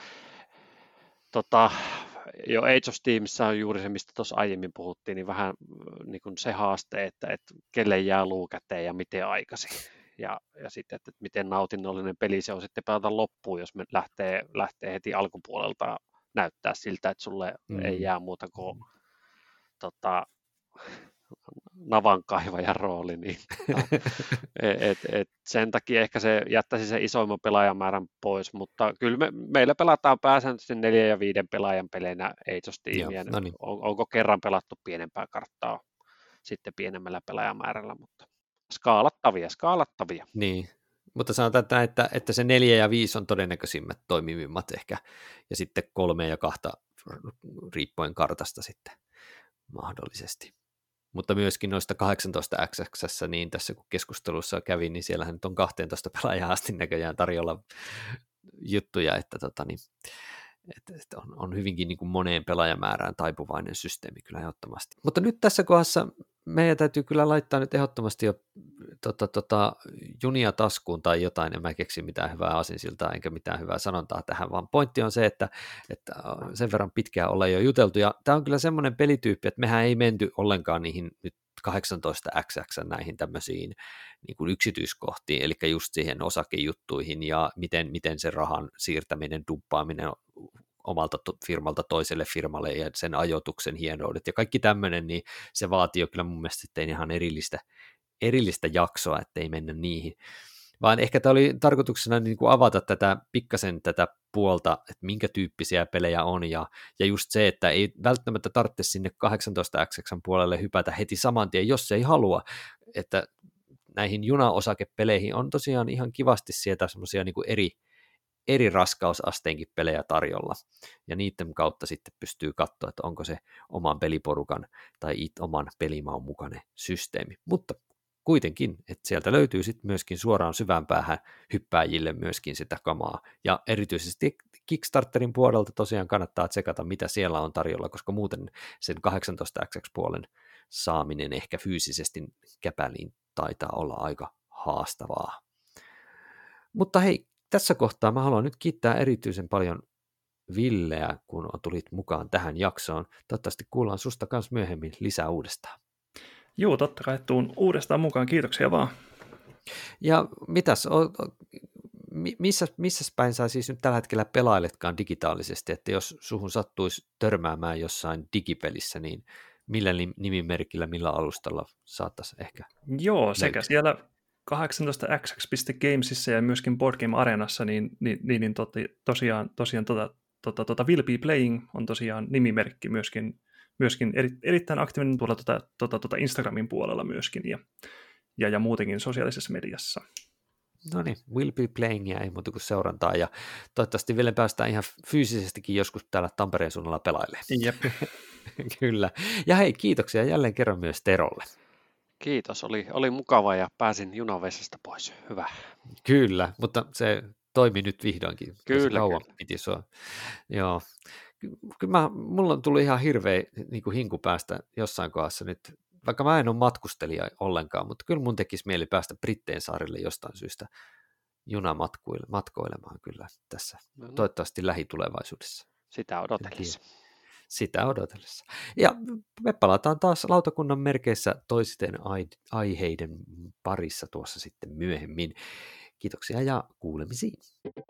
tota, jo Age of Steamissa on juuri se, mistä tuossa aiemmin puhuttiin, niin vähän niin kuin se haaste, että, että kelle jää luu käteen ja miten aikaisin. Ja, ja sitten, että miten nautinnollinen peli se on sitten pelata loppuun, jos me lähtee, lähtee heti alkupuolelta näyttää siltä, että sulle mm. ei jää muuta kuin tota, navankaivajan rooli. Niin, et, et sen takia ehkä se jättäisi sen isoimman pelaajamäärän pois, mutta kyllä me, meillä pelataan pääsääntöisesti neljä ja viiden pelaajan peleinä Age of Steamia. No niin. On, onko kerran pelattu pienempää karttaa sitten pienemmällä pelaajamäärällä, mutta skaalattavia, skaalattavia.
Niin, mutta sanotaan, että, että, että se neljä ja viisi on todennäköisimmät toimivimmat ehkä, ja sitten kolme ja kahta riippuen kartasta sitten mahdollisesti. Mutta myöskin noista kahdeksantoista X X, niin tässä kun keskustelussa kävin, niin siellähän nyt on kaksitoista pelaajaa asti näköjään tarjolla juttuja, että tota niin, että, että on, on hyvinkin niin kuin moneen pelaajamäärään taipuvainen systeemi kyllä ehdottomasti. Mutta nyt tässä kohdassa meidän täytyy kyllä laittaa nyt ehdottomasti jo tota, tota, junia taskuun tai jotain, en mä keksi mitään hyvää asinsiltaa enkä mitään hyvää sanontaa tähän, vaan pointti on se, että, että sen verran pitkään ollaan jo juteltu, ja tämä on kyllä semmoinen pelityyppi, että mehän ei menty ollenkaan niihin nyt kahdeksantoista X X näihin tämmöisiin niin kuin yksityiskohtiin, eli just siihen osakejuttuihin ja miten, miten se rahan siirtäminen, dumppaaminen omalta to- firmalta toiselle firmalle ja sen ajoituksen hienoudet ja kaikki tämmöinen, niin se vaatii jo kyllä mun mielestä sitten ihan erillistä, erillistä jaksoa, ettei mennä niihin. Vaan ehkä tämä oli tarkoituksena niin kuin avata tätä pikkasen tätä puolta, että minkä tyyppisiä pelejä on, ja, ja just se, että ei välttämättä tarvitse sinne kahdeksantoista X X puolelle hypätä heti saman tien, jos ei halua, että näihin junaosakepeleihin on tosiaan ihan kivasti sieltä semmoisia niin kuin eri, eri raskausasteenkin pelejä tarjolla, ja niiden kautta sitten pystyy katsoa, että onko se oman peliporukan tai it, oman pelimaun mukainen systeemi, mutta kuitenkin, että sieltä löytyy sitten myöskin suoraan syvään päähän hyppääjille myöskin sitä kamaa, ja erityisesti Kickstarterin puolelta tosiaan kannattaa tsekata, mitä siellä on tarjolla, koska muuten sen kahdeksantoista X X-puolen saaminen ehkä fyysisesti käpäliin taitaa olla aika haastavaa. Mutta hei, tässä kohtaa mä haluan nyt kiittää erityisen paljon Villeä, kun tulit mukaan tähän jaksoon. Toivottavasti kuullaan susta kanssa myöhemmin lisää uudestaan.
Joo, totta kai tuun uudestaan mukaan. Kiitoksia vaan.
Ja mitäs, o, o, missä, missä päin sä siis nyt tällä hetkellä pelailetkaan digitaalisesti, että jos suhun sattuisi törmäämään jossain digipelissä, niin millä nimimerkillä, millä alustalla saattaisi ehkä
Joo,
löytyä?
sekä siellä kahdeksantoista X X piste gamesissa ja myöskin Board Game Arenassa, niin, niin, niin, niin toti, tosiaan, tosiaan tota, tota, tota Will Be Playing on tosiaan nimimerkki myöskin, myöskin eri, erittäin aktiivinen tuolla tota, tota, tota Instagramin puolella myöskin ja, ja, ja muutenkin sosiaalisessa mediassa.
No niin, Will Be Playingia ei muuta kuin seurantaa, ja toivottavasti vielä päästään ihan fyysisestikin joskus täällä Tampereen suunnalla pelailemaan.
Jep.
Kyllä. Ja hei, kiitoksia jälleen kerran myös Terolle.
Kiitos, oli, oli mukava ja pääsin junavessasta pois. Hyvä.
Kyllä, mutta se toimi nyt vihdoinkin.
Kyllä,
kauan
kyllä.
piti sua. Joo. Kyllä mä, mulla on tullut ihan hirveä niin kuin hinku päästä jossain kohdassa nyt vaikka mä en ole matkustelija ollenkaan, mutta kyllä mun tekisi mieli päästä Britteen saarille jostain syystä junamatkoilemaan kyllä tässä, no, no. toivottavasti lähitulevaisuudessa.
Sitä odotellessa.
Sitä odotellessa. Ja me palataan taas lautakunnan merkeissä toisten aiheiden parissa tuossa sitten myöhemmin. Kiitoksia ja kuulemisiin.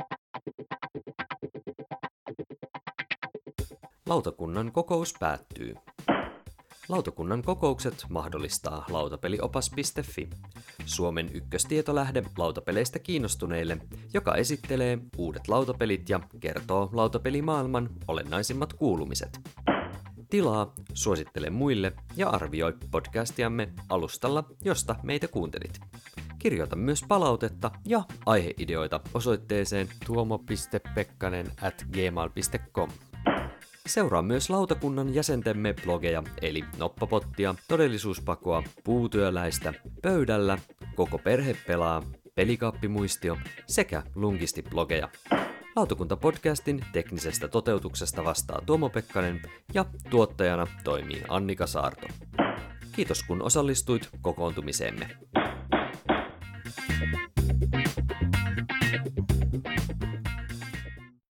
Lautakunnan kokous päättyy. Lautakunnan kokoukset mahdollistaa lautapeliopas piste fi, Suomen ykköstietolähde lautapeleistä kiinnostuneille, joka esittelee uudet lautapelit ja kertoo lautapelimaailman olennaisimmat kuulumiset. Tilaa, suosittele muille ja arvioi podcastiamme alustalla, josta meitä kuuntelit. Kirjoita myös palautetta ja aiheideoita osoitteeseen tuomo piste pekkanen at gmail piste com. Seuraa myös lautakunnan jäsentemme blogeja, eli Noppapottia, Todellisuuspakoa, Puutyöläistä, Pöydällä, Koko perhe pelaa, Pelikaappimuistio sekä Lungisti-blogeja. Lautakunta-podcastin teknisestä toteutuksesta vastaa Tuomo Pekkanen ja tuottajana toimii Annika Saarto. Kiitos kun osallistuit kokoontumiseemme.